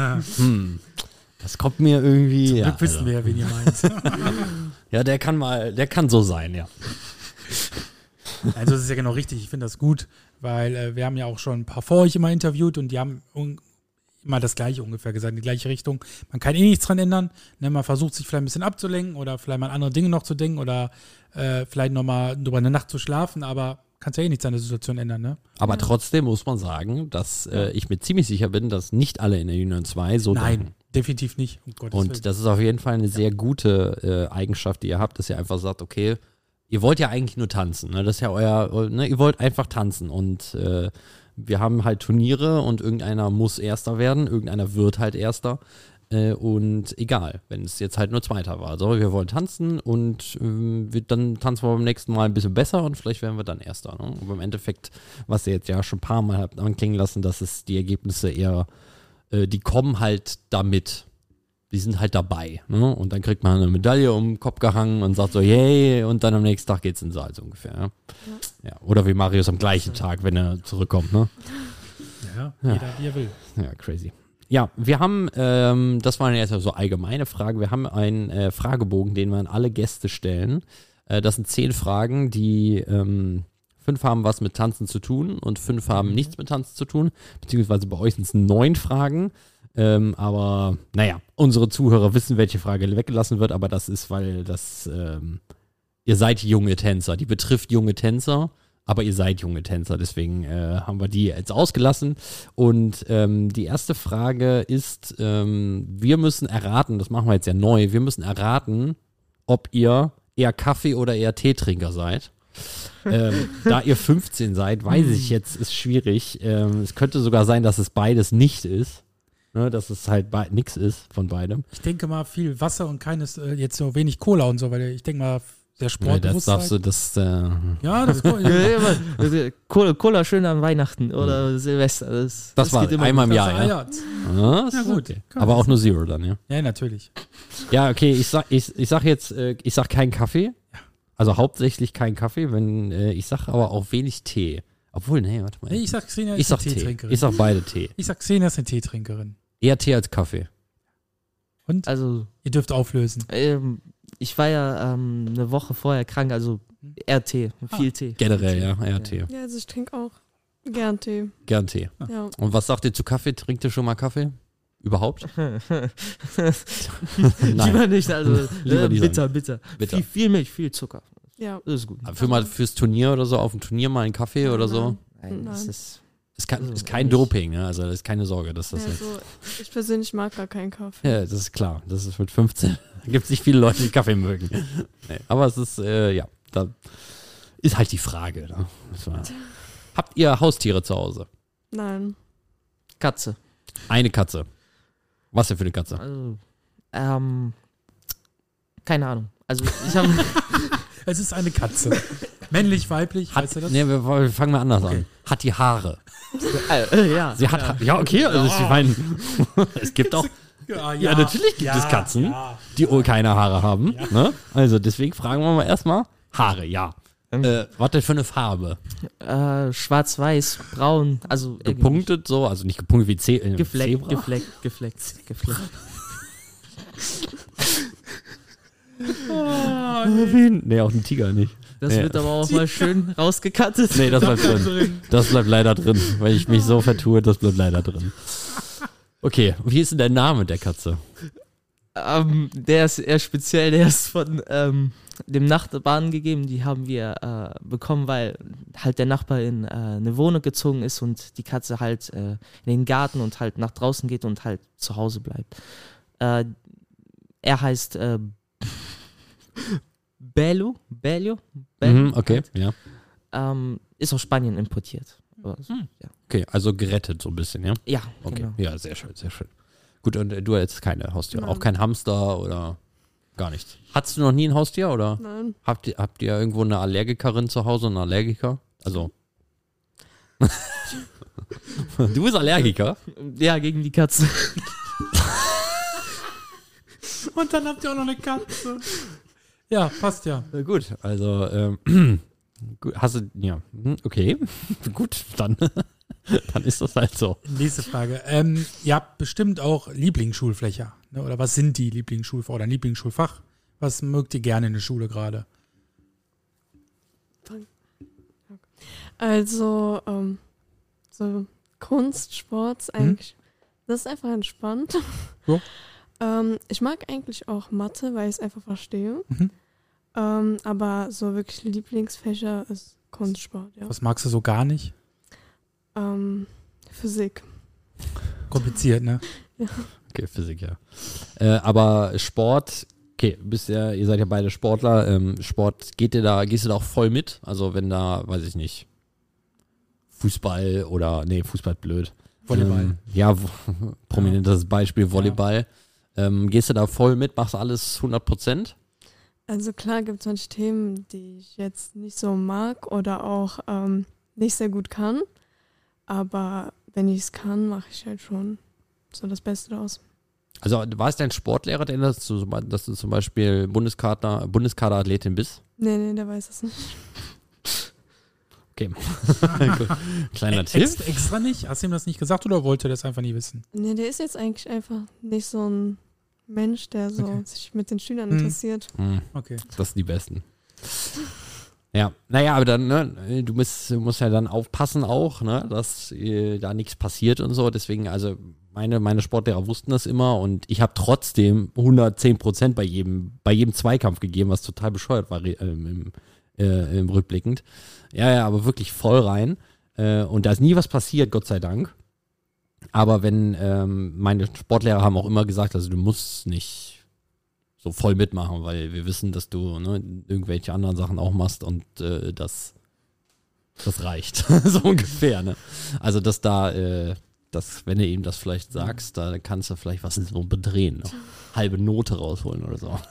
Hm. Das kommt mir irgendwie... Zum Glück ja, wissen also. wir ja, wen ihr meint. Ja, der kann mal, der kann so sein, ja. Also das ist ja genau richtig, ich finde das gut, weil äh, wir haben ja auch schon ein paar vor euch immer interviewt und die haben un- immer das Gleiche ungefähr gesagt, in die gleiche Richtung. Man kann eh nichts dran ändern, ne? Man versucht sich vielleicht ein bisschen abzulenken oder vielleicht mal an andere Dinge noch zu denken oder äh, vielleicht nochmal drüber eine Nacht zu schlafen, aber kannst ja eh nichts an der Situation ändern, ne? Aber ja. Trotzdem muss man sagen, dass äh, ich mir ziemlich sicher bin, dass nicht alle in der Union zwei so Nein, denken. definitiv nicht. Um Gottes Und Willen. das ist auf jeden Fall eine sehr gute äh, Eigenschaft, die ihr habt, dass ihr einfach sagt, okay, ihr wollt ja eigentlich nur tanzen, ne? Das ist ja euer, ne? Ihr wollt einfach tanzen und äh, wir haben halt Turniere und irgendeiner muss Erster werden, irgendeiner wird halt Erster äh, und egal, wenn es jetzt halt nur Zweiter war. So, wir wollen tanzen und äh, wir, dann tanzen wir beim nächsten Mal ein bisschen besser und vielleicht werden wir dann Erster. Ne? Aber im Endeffekt, was ihr jetzt ja schon ein paar Mal habt anklingen lassen, dass es die Ergebnisse eher, äh, die kommen halt damit. Die sind halt dabei, ne? Und dann kriegt man eine Medaille um den Kopf gehangen und sagt so, yay, und dann am nächsten Tag geht's in den Saal so ungefähr. Ja? Ja. Ja. Oder wie Marius am gleichen Tag, wenn er zurückkommt, ne? Ja, Ja. jeder wie er will. Ja, crazy. Ja, wir haben, ähm, das waren jetzt so allgemeine Fragen, wir haben einen äh, Fragebogen, den wir an alle Gäste stellen. Äh, das sind zehn Fragen, die ähm, fünf haben was mit Tanzen zu tun und fünf haben nichts mit Tanzen zu tun, beziehungsweise bei euch sind es neun Fragen. Ähm, aber naja, unsere Zuhörer wissen, welche Frage weggelassen wird, aber das ist, weil das, ähm, ihr seid junge Tänzer, die betrifft junge Tänzer, aber ihr seid junge Tänzer, deswegen äh, haben wir die jetzt ausgelassen. Und ähm, die erste Frage ist, ähm, wir müssen erraten, das machen wir jetzt ja neu, wir müssen erraten, ob ihr eher Kaffee- oder eher Teetrinker seid. ähm, da ihr fünfzehn seid, weiß ich jetzt, ist schwierig. Ähm, es könnte sogar sein, dass es beides nicht ist. Ne, dass es halt be- nix ist von beidem. Ich denke mal viel Wasser und keines, äh, jetzt so wenig Cola und so, weil ich denke mal, sehr Nee, sportbewusst das darfst du, seid. das, äh, Ja, das ist cool. Ja, Cola, Cola schön an Weihnachten oder Silvester. Das, das war geht immer einmal im gut. Jahr, ja. ja. Ja, ist Ja, gut. okay. Kann Aber man auch nur Zero dann, ja. Ja, natürlich. Ja, okay, ich sag, ich, ich sag jetzt, äh, ich sag keinen Kaffee. Also hauptsächlich keinen Kaffee, wenn, äh, ich sag aber auch wenig Tee. Obwohl, nee, warte mal. Nee, ich sag, Xenia ich ist sag eine Tee. Teetrinkerin. Ich sag beide Tee. Ich sag, Xenia ist eine Teetrinkerin. Eher Tee als Kaffee. Und Also, ihr dürft auflösen. ähm, ich war ja ähm, eine Woche vorher krank, also eher Tee, viel Ah. Tee. Generell, ja, eher Tee. Ja, also ich trinke auch gern Tee. Gern Tee. Ja. Und was sagt ihr zu Kaffee? Trinkt ihr schon mal Kaffee? Überhaupt? Lieber nicht, also Lieber äh, nicht bitter, sagen. bitter, Bitter. Viel, viel Milch, viel Zucker. Ja. Das ist gut. Für mal fürs Turnier oder so, auf dem Turnier mal einen Kaffee Nein, oder so? Nein, das Nein. ist Ist kein, Also, ist kein nicht. Doping, ne? Also das ist keine Sorge, dass das jetzt. Also, ich persönlich mag gar keinen Kaffee. Ja, das ist klar. Das ist mit fünfzehn. Da gibt es nicht viele Leute, die Kaffee mögen. Nee, aber es ist, äh, ja, da ist halt die Frage. Ne? Das war, habt ihr Haustiere zu Hause? Nein. Katze. Eine Katze. Was denn für eine Katze? Also, ähm, keine Ahnung. Also ich habe Es ist eine Katze. Männlich, weiblich, Hat, weißt du das? nee, wir, wir fangen mal anders Okay. an. Hat die Haare? äh, ja. Sie hat, ja, ja okay, also ich meine, es gibt auch, Ja, ja, natürlich gibt es Katzen, Ja. die keine Haare haben. Ne? Also deswegen fragen wir mal erstmal, Haare, ja. Äh, was denn für eine Farbe? Äh, schwarz-weiß, braun, also irgendwie Gepunktet so, also nicht gepunktet wie Ze äh, gefleckt, Zebra? gefleckt, gefleckt, gefleckt. Wen? Nee, auch ein Tiger nicht. Das Ja. wird aber auch mal schön rausgekattet. Nee, das bleibt drin. Das bleibt leider drin. Weil ich mich so vertue, das bleibt leider drin. Okay, wie ist denn der Name der Katze? Ähm, der ist eher speziell, der ist von ähm, dem Nachbarn gegeben, die haben wir äh, bekommen, weil halt der Nachbar in äh, eine Wohnung gezogen ist und die Katze halt äh, in den Garten und halt nach draußen geht und halt zu Hause bleibt. Äh, er heißt äh, Bello, Bello, Bello Mhm, okay, ja. ähm, ist aus Spanien importiert. Aber, ja. Okay, also gerettet so ein bisschen, ja? ja, Okay, genau. ja, sehr schön, sehr schön. Gut, und äh, du jetzt keine Haustiere, Nein. auch kein Hamster oder gar nichts. Hattest du noch nie ein Haustier oder Nein. habt ihr, habt ihr irgendwo eine Allergikerin zu Hause, einen Allergiker? Also. Du bist Allergiker? Ja, gegen die Katze. Und dann habt ihr auch noch eine Katze. Ja, passt ja. Na gut, also, ähm, gut, hast du, ja, hm, okay, gut, dann, dann ist das halt so. Nächste Frage. Ähm, ihr habt bestimmt auch Lieblingsschulfächer. Ne? Oder was sind die Lieblingsschulfächer oder ein Lieblingsschulfach? Was mögt ihr gerne in der Schule gerade? Also, ähm, so Kunst, Sport, eigentlich, das ist einfach entspannt. Ja. ähm, ich mag eigentlich auch Mathe, weil ich es einfach verstehe. Mhm. Ähm, aber so wirklich Lieblingsfächer ist Kunst, Sport, ja. Was magst du so gar nicht? Ähm, Physik. Kompliziert, ne? Okay, Physik, ja. Äh, aber Sport, okay, bist ja, ihr seid ja beide Sportler, ähm, Sport, geht ihr da, gehst du da auch voll mit? Also wenn da, weiß ich nicht, Fußball oder, nee, Fußball blöd. Volleyball. Ähm, ja, w- prominentes Beispiel, Volleyball. Ähm, gehst du da voll mit, machst alles hundert Prozent? Also klar gibt es manche Themen, die ich jetzt nicht so mag oder auch ähm, nicht sehr gut kann. Aber wenn ich es kann, mache ich halt schon so das Beste draus. Also war es dein Sportlehrer, der dass du, dass du zum Beispiel Bundeskader, Bundeskaderathletin bist? Nee, nee, der weiß es nicht. Okay. Kleiner Ex Tipp. extra nicht? Hast du ihm das nicht gesagt oder wollte er das einfach nie wissen? Nee, der ist jetzt eigentlich einfach nicht so ein Mensch, der so Okay. sich mit den Schülern Hm. interessiert. Hm. Okay. Das sind die Besten. Ja, naja, aber dann, ne, du musst, du musst ja dann aufpassen auch, ne, dass äh, da nichts passiert und so. Deswegen, also meine, meine Sportlehrer wussten das immer und ich habe trotzdem hundertzehn Prozent bei jedem, bei jedem Zweikampf gegeben, was total bescheuert war äh, im, äh, im Rückblickend. Ja, ja, aber wirklich voll rein. Äh, und da ist nie was passiert, Gott sei Dank. Aber wenn, ähm, meine Sportlehrer haben auch immer gesagt, also du musst nicht so voll mitmachen, weil wir wissen, dass du ne, irgendwelche anderen Sachen auch machst und äh, das, das reicht. So ungefähr. Ne? Also, dass da, äh, dass, wenn du ihm das vielleicht sagst, da kannst du vielleicht was so bedrehen. Noch. Halbe Note rausholen oder so.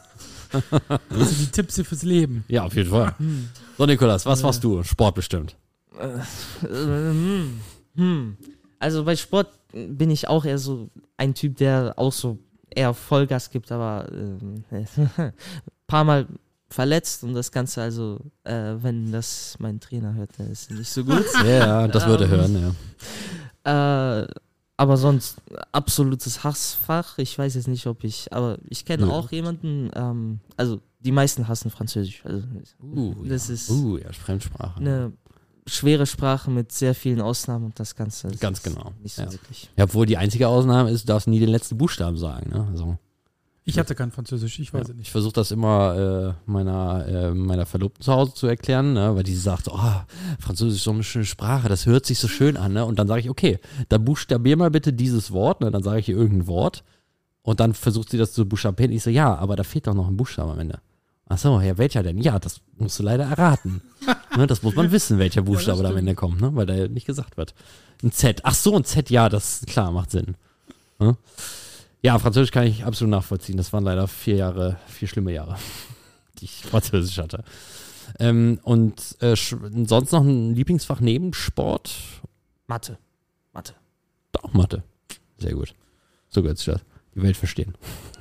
Das sind die Tipps hier fürs Leben. Ja, auf jeden Fall. So, Nikolas, was machst du? Sport bestimmt. Äh, hm, hm. Also bei Sport bin ich auch eher so ein Typ, der auch so eher Vollgas gibt, aber äh, ein paar Mal verletzt und das Ganze, also äh, wenn das mein Trainer hört, dann ist nicht so gut. Ja, ja, das würde Ähm, hören, ja. Äh, aber sonst absolutes Hassfach. Ich weiß jetzt nicht, ob ich, aber ich kenne Nö. auch jemanden, ähm, also die meisten hassen Französisch. Also Uh, das ja. ist uh, ja, Fremdsprache. eine schwere Sprache mit sehr vielen Ausnahmen und das Ganze ist Ganz genau, nicht so ja. wirklich. Ja, obwohl die einzige Ausnahme ist, du darfst nie den letzten Buchstaben sagen. Ne? Also, Ich hatte kein Französisch, ich weiß ja, es nicht. ich versuche das immer äh, meiner, äh, meiner Verlobten zu Hause zu erklären, ne? Weil die sagt, oh, Französisch ist so eine schöne Sprache, das hört sich so schön an. Ne? Und dann sage ich, okay, dann buchstabier mal bitte dieses Wort. Ne? Dann sage ich ihr irgendein Wort und dann versucht sie das zu buchstabieren. Ich so, ja, aber da fehlt doch noch ein Buchstabe am Ende. Ach so, ja, welcher denn? Ja, das musst du leider erraten. Ne, das muss man wissen, welcher Buchstabe da am Ende kommt, ne? Weil da nicht gesagt wird. Ein Z. Ach so, ein Z, ja, das klar, macht Sinn. Ne? Ja, Französisch kann ich absolut nachvollziehen. Das waren leider vier Jahre, vier schlimme Jahre, die ich Französisch hatte. Ähm, und äh, sch- sonst noch ein Lieblingsfach neben Sport? Mathe. Mathe. Auch Mathe. Sehr gut. So gehört sich das. Die Welt verstehen.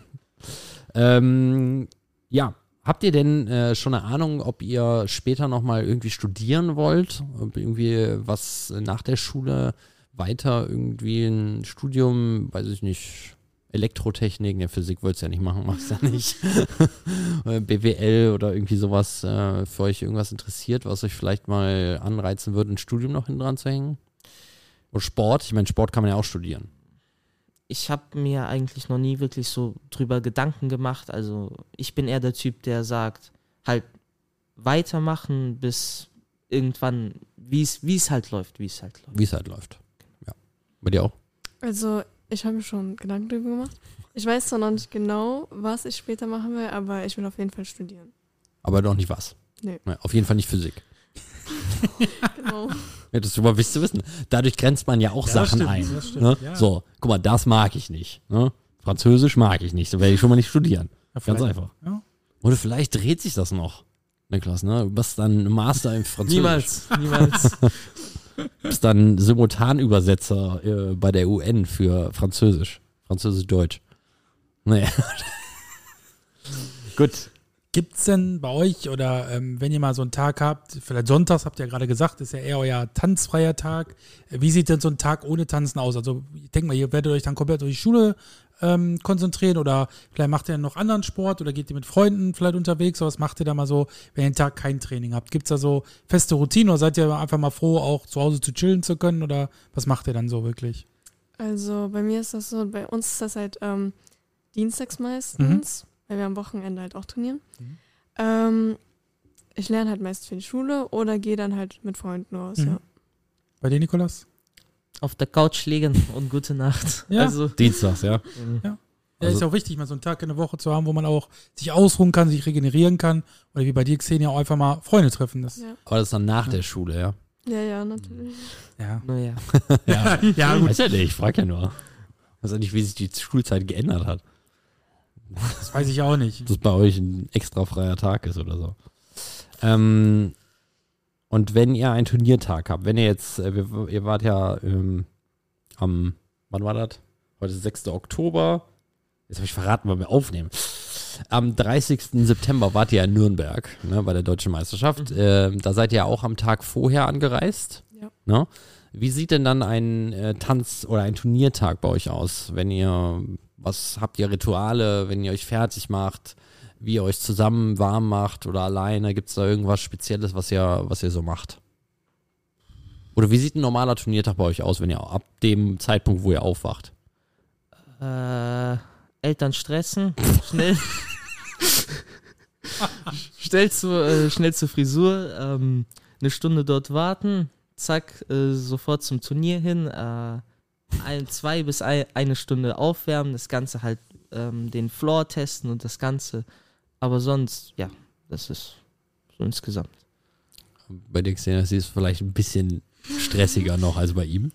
ähm, ja. Habt ihr denn äh, schon eine Ahnung, ob ihr später nochmal irgendwie studieren wollt? Ob irgendwie was nach der Schule weiter irgendwie ein Studium, weiß ich nicht, Elektrotechnik, ne, Physik wollt ihr ja nicht machen, machst ja nicht. B W L oder irgendwie sowas äh, für euch irgendwas interessiert, was euch vielleicht mal anreizen würde, ein Studium noch hinten dran zu hängen? Oder Sport? Ich meine, Sport kann man ja auch studieren. Ich habe mir eigentlich noch nie wirklich so drüber Gedanken gemacht. Also ich bin eher der Typ, der sagt, halt weitermachen bis irgendwann, wie es wie es halt läuft, wie es halt läuft. Wie es halt läuft. Ja. Bei dir auch? Also, ich habe mir schon Gedanken darüber gemacht. Ich weiß zwar noch nicht genau, was ich später machen will, aber ich will auf jeden Fall studieren. Aber doch nicht was. Nee. Ja, auf jeden Fall nicht Physik. Genau. Ja, das ist immer wichtig zu wissen. Dadurch grenzt man ja auch Ja, Sachen stimmt, ein. das stimmt, Ne? ja. So, guck mal, das mag ich nicht. Ne? Französisch mag ich nicht. So werde ich schon mal nicht studieren. Ja, Ganz vielleicht- einfach. Ja. Oder vielleicht dreht sich das noch. Niklas, ne? Du bist dann Master im Französisch. Niemals, niemals. Du bist dann Simultanübersetzer äh, bei der U N für Französisch. Französisch-Deutsch. Naja. Gut. Gibt es denn bei euch oder ähm, wenn ihr mal so einen Tag habt, vielleicht sonntags, habt ihr ja gerade gesagt, ist ja eher euer tanzfreier Tag. Äh, Wie sieht denn so ein Tag ohne Tanzen aus? Also ich denke mal, ihr werdet euch dann komplett durch die Schule ähm, konzentrieren oder vielleicht macht ihr noch anderen Sport oder geht ihr mit Freunden vielleicht unterwegs oder was macht ihr da mal so, wenn ihr einen Tag kein Training habt? Gibt es da so feste Routinen oder seid ihr einfach mal froh, auch zu Hause zu chillen zu können oder was macht ihr dann so wirklich? Also, bei mir ist das so, bei uns ist das halt ähm, dienstags meistens, weil wir am Wochenende halt auch trainieren. Mhm. Ähm, ich lerne halt meist für die Schule oder gehe dann halt mit Freunden raus, Mhm. ja. Bei dir, Nikolas? Auf der Couch liegen und gute Nacht. Ja. Also, Dienstags, ja. ähm, Ja, Also- ist ja auch wichtig, mal so einen Tag in der Woche zu haben, wo man auch sich ausruhen kann, sich regenerieren kann. Oder wie bei dir, Xenia, auch einfach mal Freunde treffen. Das, Ja, Aber das ist dann nach der Schule, ja. ja, ja natürlich. ja. naja. Ja, Ja, gut, weiß ja nicht, ich frage ja nur. Ich weiß ja nicht, wie sich die Schulzeit geändert hat. das weiß ich auch nicht. Dass bei euch ein extra freier Tag ist oder so. Ähm, und wenn ihr einen Turniertag habt, wenn ihr jetzt, äh, wir, ihr wart ja ähm, am, wann war das? Heute ist sechster Oktober. Jetzt habe ich verraten, weil wir aufnehmen. Am dreißigsten September wart ihr in Nürnberg, ne, bei der Deutschen Meisterschaft. Mhm. Ähm, da seid ihr auch am Tag vorher angereist. Ja. Ne? Wie sieht denn dann ein äh, Tanz- oder ein Turniertag bei euch aus? Wenn ihr, was habt ihr Rituale, wenn ihr euch fertig macht, wie ihr euch zusammen warm macht oder alleine? Gibt es da irgendwas Spezielles, was ihr, was ihr so macht? Oder wie sieht ein normaler Turniertag bei euch aus, wenn ihr ab dem Zeitpunkt, wo ihr aufwacht? Äh, Eltern stressen, schnell, schnell, zu, äh, schnell zur Frisur, ähm, eine Stunde dort warten, zack, äh, sofort zum Turnier hin, äh, ein, zwei bis ein, eine Stunde aufwärmen, das Ganze halt, ähm, den Floor testen und das Ganze, aber sonst, ja, das ist so insgesamt. Bei dir, Xenia, sie ist vielleicht ein bisschen stressiger noch als bei ihm.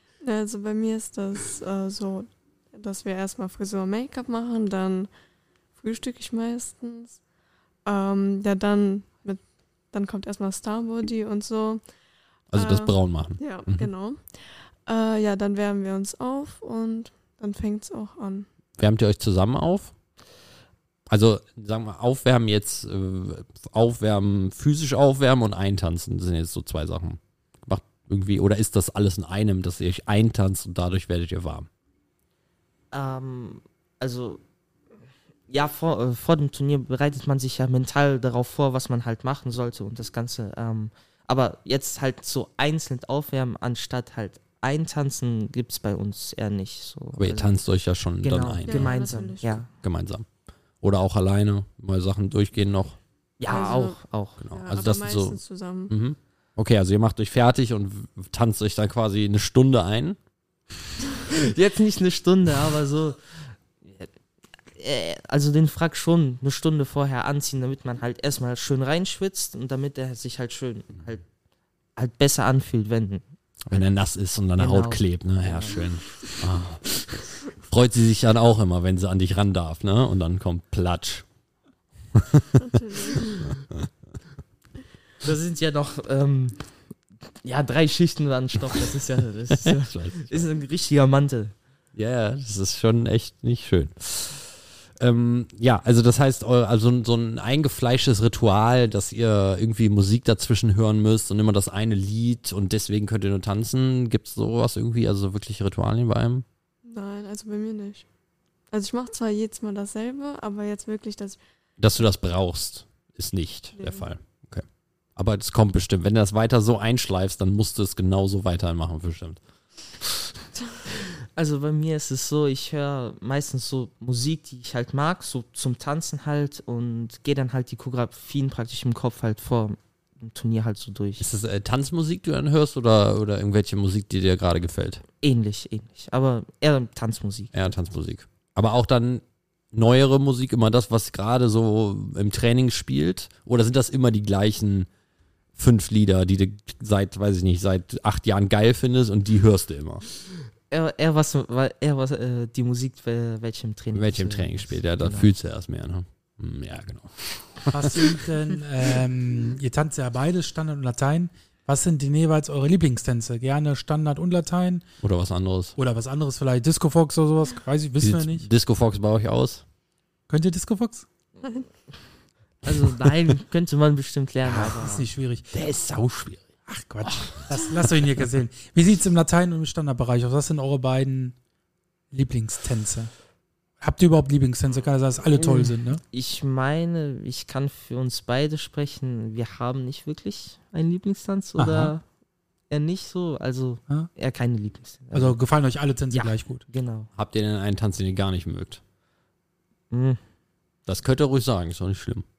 Also bei mir ist das äh, so, dass wir erstmal Frisur und Make-up machen, dann frühstücke ich meistens. Ähm, ja, dann mit, dann kommt erstmal Starbody und so. Also das Äh, Braun machen. Ja, Mhm. genau. Äh, ja, dann wärmen wir uns auf und dann fängt es auch an. Wärmt ihr euch zusammen auf? Also sagen wir aufwärmen jetzt, äh, aufwärmen, physisch aufwärmen und eintanzen, das sind jetzt so zwei Sachen. Macht irgendwie, oder ist das alles in einem, dass ihr euch eintanzt und dadurch werdet ihr warm? Ähm, also, ja, vor, äh, vor dem Turnier bereitet man sich ja mental darauf vor, was man halt machen sollte und das Ganze. Ähm, aber jetzt halt so einzeln aufwärmen, anstatt halt eintanzen, gibt es bei uns eher nicht. So. Aber ihr Also, tanzt euch ja schon genau, dann ein, Ja, gemeinsam, natürlich. ja. gemeinsam. Oder auch alleine, mal Sachen durchgehen noch. Ja, Also- auch, auch. Genau. Ja, also aber das ist so. meistens zusammen. Mhm. Okay, also ihr macht euch fertig und w- tanzt euch dann quasi eine Stunde ein. Jetzt nicht eine Stunde, aber so. äh, Also den Frack schon eine Stunde vorher anziehen, damit man halt erstmal schön reinschwitzt und damit er sich halt schön halt, halt besser anfühlt, wenn. Wenn er nass ist und an der Genau. Haut klebt, ne? Ja, Genau. schön. Ah. Freut sie sich dann auch immer, wenn sie an dich ran darf, ne? Und dann kommt Platsch. Natürlich. Das sind ja noch ähm, ja, drei Schichten an Stoff. Das ist ja, das ist, ja, Ich weiß. ist ein richtiger Mantel. Ja, ja, das ist schon echt nicht schön. Ähm, ja, also das heißt, eu- also so ein eingefleischtes Ritual, dass ihr irgendwie Musik dazwischen hören müsst und immer das eine Lied und deswegen könnt ihr nur tanzen. Gibt es sowas irgendwie, also wirklich Ritualien bei einem? Nein, also bei mir nicht. Also ich mache zwar jedes Mal dasselbe, aber jetzt wirklich das. Dass du das brauchst, ist nicht Nee. der Fall. Okay. Aber es kommt bestimmt. Wenn du das weiter so einschleifst, dann musst du es genauso weitermachen, bestimmt. Also bei mir ist es so, ich höre meistens so Musik, die ich halt mag, so zum Tanzen halt und gehe dann halt die Choreografien praktisch im Kopf halt vor dem Turnier halt so durch. Ist das äh, Tanzmusik, die du dann hörst oder, oder irgendwelche Musik, die dir gerade gefällt? Ähnlich, ähnlich, aber eher Tanzmusik. Ja, Tanzmusik. Aber auch dann neuere Musik, immer das, was gerade so im Training spielt? Oder sind das immer die gleichen fünf Lieder, die du seit, weiß ich nicht, seit acht Jahren geil findest und die hörst du immer? Eher, eher was, weil- eher was äh, die Musik, wel- welche im Training Welche im äh, Training spielt, ja, da genau. fühlst du erst mehr, ne? Hm, Ja, genau. Was sind denn, ähm, ihr tanzt ja beides, Standard und Latein. Was sind denn jeweils eure Lieblingstänze? Gerne Standard und Latein Oder was anderes. oder was anderes, vielleicht Disco Fox oder sowas? Weiß ich, wissen wir Wie nicht. sieht's Disco Fox bei euch aus? Könnt ihr Disco Fox? Also nein, könnte man bestimmt lernen, Ja, aber ist nicht schwierig. Der ist sauschwierig. Ach Quatsch. Lass, lasst euch nicht erzählen. Wie sieht es im Latein- und im Standardbereich aus? Was sind eure beiden Lieblingstänze? Habt ihr überhaupt Lieblingstänze? Kann ja sein, dass alle toll sind, ne? ich meine, ich kann für uns beide sprechen, wir haben nicht wirklich einen Lieblingstanz oder Aha. eher nicht so, also Ja. eher keine Lieblingstänze. Also gefallen euch alle Tänze Ja. gleich gut. genau. Habt ihr denn einen Tanz, den ihr gar nicht mögt? Mhm. Das könnt ihr ruhig sagen, ist doch nicht schlimm.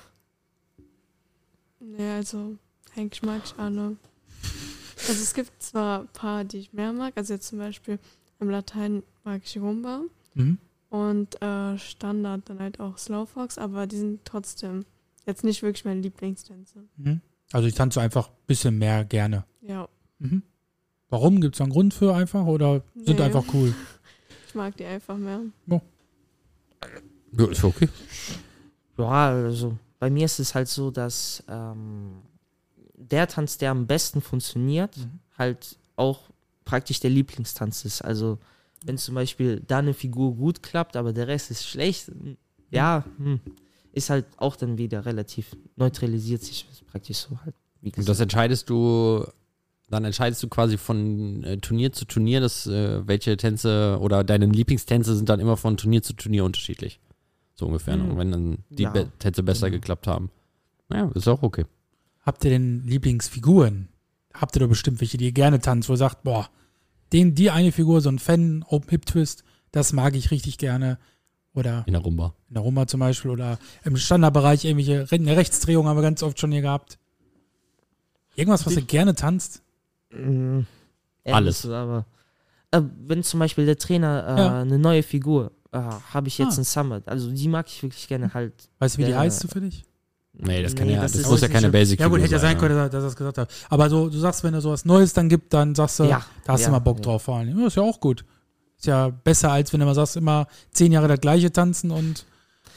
Ja, also eigentlich mag ich alle. Also es gibt zwar ein paar, die ich mehr mag. Also jetzt zum Beispiel im Latein mag ich Rumba Mhm. und äh, Standard dann halt auch Slowfox, aber die sind trotzdem jetzt nicht wirklich meine Lieblingstänze. Mhm. Also ich tanze einfach ein bisschen mehr gerne. Ja, Mhm. Warum? Gibt es da einen Grund für einfach oder sind Nee. einfach cool? ich mag die einfach mehr. Ja, ist okay. Ja, also bei mir ist es halt so, dass ähm, der Tanz, der am besten funktioniert, Mhm. halt auch praktisch der Lieblingstanz ist. Also wenn zum Beispiel da eine Figur gut klappt, aber der Rest ist schlecht, ja, hm, ist halt auch dann wieder relativ neutralisiert sich das praktisch so halt. Wie Und gesagt. das entscheidest du, dann entscheidest du quasi von äh, Turnier zu Turnier, dass, äh, welche Tänze oder deine Lieblingstänze sind dann immer von Turnier zu Turnier unterschiedlich. So ungefähr. Mhm. Und wenn dann die Ja. Be Tänze besser Genau. geklappt haben. Naja, ist auch okay. Habt ihr denn Lieblingsfiguren? Habt ihr da bestimmt welche, die ihr gerne tanzt, wo ihr sagt, boah, den, die eine Figur, so ein Fan, Open Hip Twist, das mag ich richtig gerne. Oder In der Rumba. in der Roma zum Beispiel oder im Standardbereich irgendwelche Re- eine Rechtsdrehung haben wir ganz oft schon hier gehabt. Irgendwas, was ihr gerne tanzt? Mm, eher Alles. nicht so, aber äh, wenn zum Beispiel der Trainer äh, Ja. eine neue Figur, äh, habe ich jetzt Ah. einen Summer. Also die mag ich wirklich gerne halt. Weißt du, wie die Ja. heißt zufällig? Nee, das kann Nee, ja, das das, ist muss ja nicht keine so- basic Ja gut, hätte ja sein ne? können, dass er dass er das gesagt hat. Aber so, du sagst, wenn er sowas Neues dann gibt, dann sagst du, Ja, da hast ja, du mal Bock ja. drauf vor allem. Ja, ist ja auch gut. Ist ja besser, als wenn du mal sagst, immer zehn Jahre das gleiche tanzen und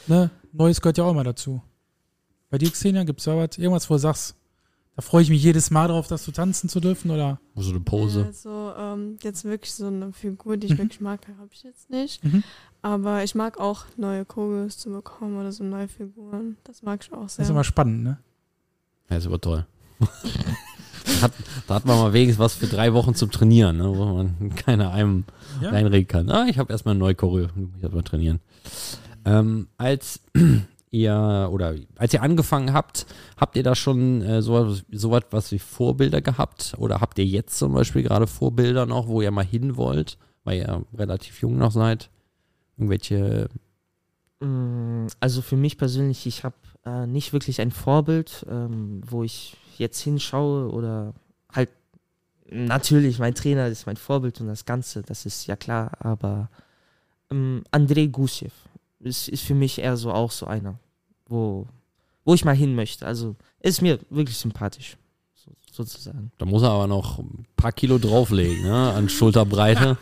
ne, Neues gehört ja auch immer dazu. Bei dir, Xenia, gibt es da was, irgendwas, wo du sagst, da freue ich mich jedes Mal drauf, dass du tanzen zu dürfen, oder? So eine Pose. Also ähm, jetzt wirklich so eine Figur, die ich Mhm. wirklich mag, habe ich jetzt nicht. Mhm. Aber ich mag auch neue Kogos zu bekommen oder so neue Figuren. Das mag ich auch Das sehr. ist immer spannend, ne? Ja, ist aber toll. hat, da hat man mal wenigstens was für drei Wochen zum Trainieren, ne, wo man keiner einem Ja. reinreden kann. Ah, ich habe erstmal eine neue Choreo, ich muss mal trainieren. Ähm, als ihr oder als ihr angefangen habt, habt ihr da schon äh, so, so was, was wie Vorbilder gehabt? Oder habt ihr jetzt zum Beispiel gerade Vorbilder noch, wo ihr mal hin wollt, weil ihr relativ jung noch seid? Irgendwelche. Mm, Also für mich persönlich, ich habe äh, nicht wirklich ein Vorbild, ähm, wo ich jetzt hinschaue oder halt, natürlich, mein Trainer ist mein Vorbild und das Ganze, das ist ja klar, aber ähm, Andrei Gusev ist, ist für mich eher so auch so einer, wo, wo ich mal hin möchte. Also ist mir wirklich sympathisch, so, sozusagen. Da muss er aber noch ein paar Kilo drauflegen, ne, an Schulterbreite.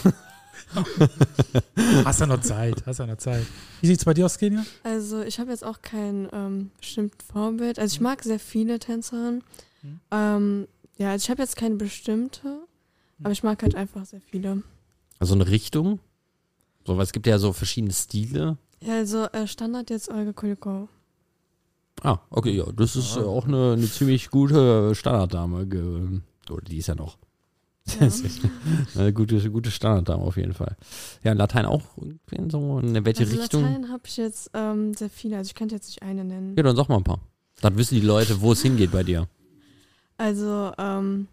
Hast du noch Zeit, hast du noch Zeit. Wie sieht es bei dir aus, Xenia? Also ich habe jetzt auch kein ähm, bestimmtes Vorbild. Also ich mag sehr viele Tänzerinnen. Mhm. Ähm, ja, also ich habe jetzt keine bestimmte, aber ich mag halt einfach sehr viele. Also eine Richtung. So, weil es gibt ja so verschiedene Stile. Ja, also äh, Standard jetzt Olga Kulikova. Ah, okay, ja, das ist äh, auch eine, eine ziemlich gute Standarddame. Ge- Oder die ist ja noch. Ja. eine gute, gute Standarddame auf jeden Fall. Ja, in Latein auch irgendwie so, in welche Also Richtung? Latein habe ich jetzt ähm, sehr viele. Also ich könnte jetzt nicht eine nennen. Ja, dann sag mal ein paar. Dann wissen die Leute, wo es hingeht bei dir. Also ähm,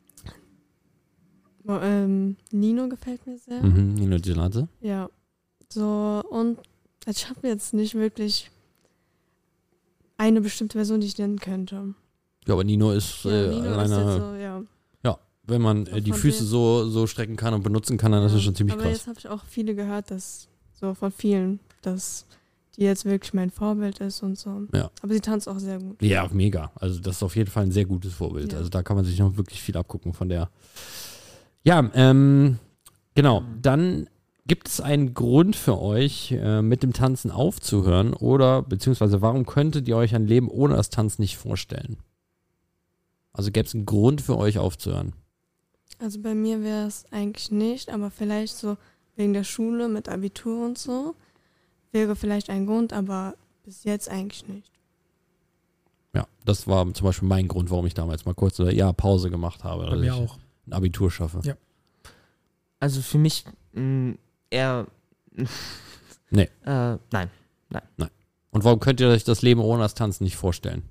wo, ähm, Nino gefällt mir sehr. Mhm, Nino Gelase. Ja. So, und also ich habe jetzt nicht wirklich eine bestimmte Version, die ich nennen könnte. Ja, aber Nino ist Ja, äh, Nino ist alleine, jetzt so, ja. wenn man äh, So die von Füße dem- so, so strecken kann und benutzen kann, dann ist Ja. das schon ziemlich Aber krass. jetzt habe ich auch viele gehört, dass so von vielen, dass die jetzt wirklich mein Vorbild ist und so. Ja. Aber sie tanzt auch sehr gut. Ja, mega. Also das ist auf jeden Fall ein sehr gutes Vorbild. Ja. Also da kann man sich noch wirklich viel abgucken von der. Ja, ähm, genau. Dann gibt es einen Grund für euch, äh, mit dem Tanzen aufzuhören oder beziehungsweise warum könntet ihr euch ein Leben ohne das Tanzen nicht vorstellen? Also gäbe es einen Grund für euch aufzuhören? Also bei mir wäre es eigentlich nicht, aber vielleicht so wegen der Schule mit Abitur und so wäre vielleicht ein Grund, aber bis jetzt eigentlich nicht. Ja, das war zum Beispiel mein Grund, warum ich damals mal kurz eine Jahr Pause gemacht habe, Bei dass mir ich auch. ein Abitur schaffe. Ja. Also für mich mh, eher. Nee. Äh, nein. Und warum könnt ihr euch das Leben ohne das Tanzen nicht vorstellen?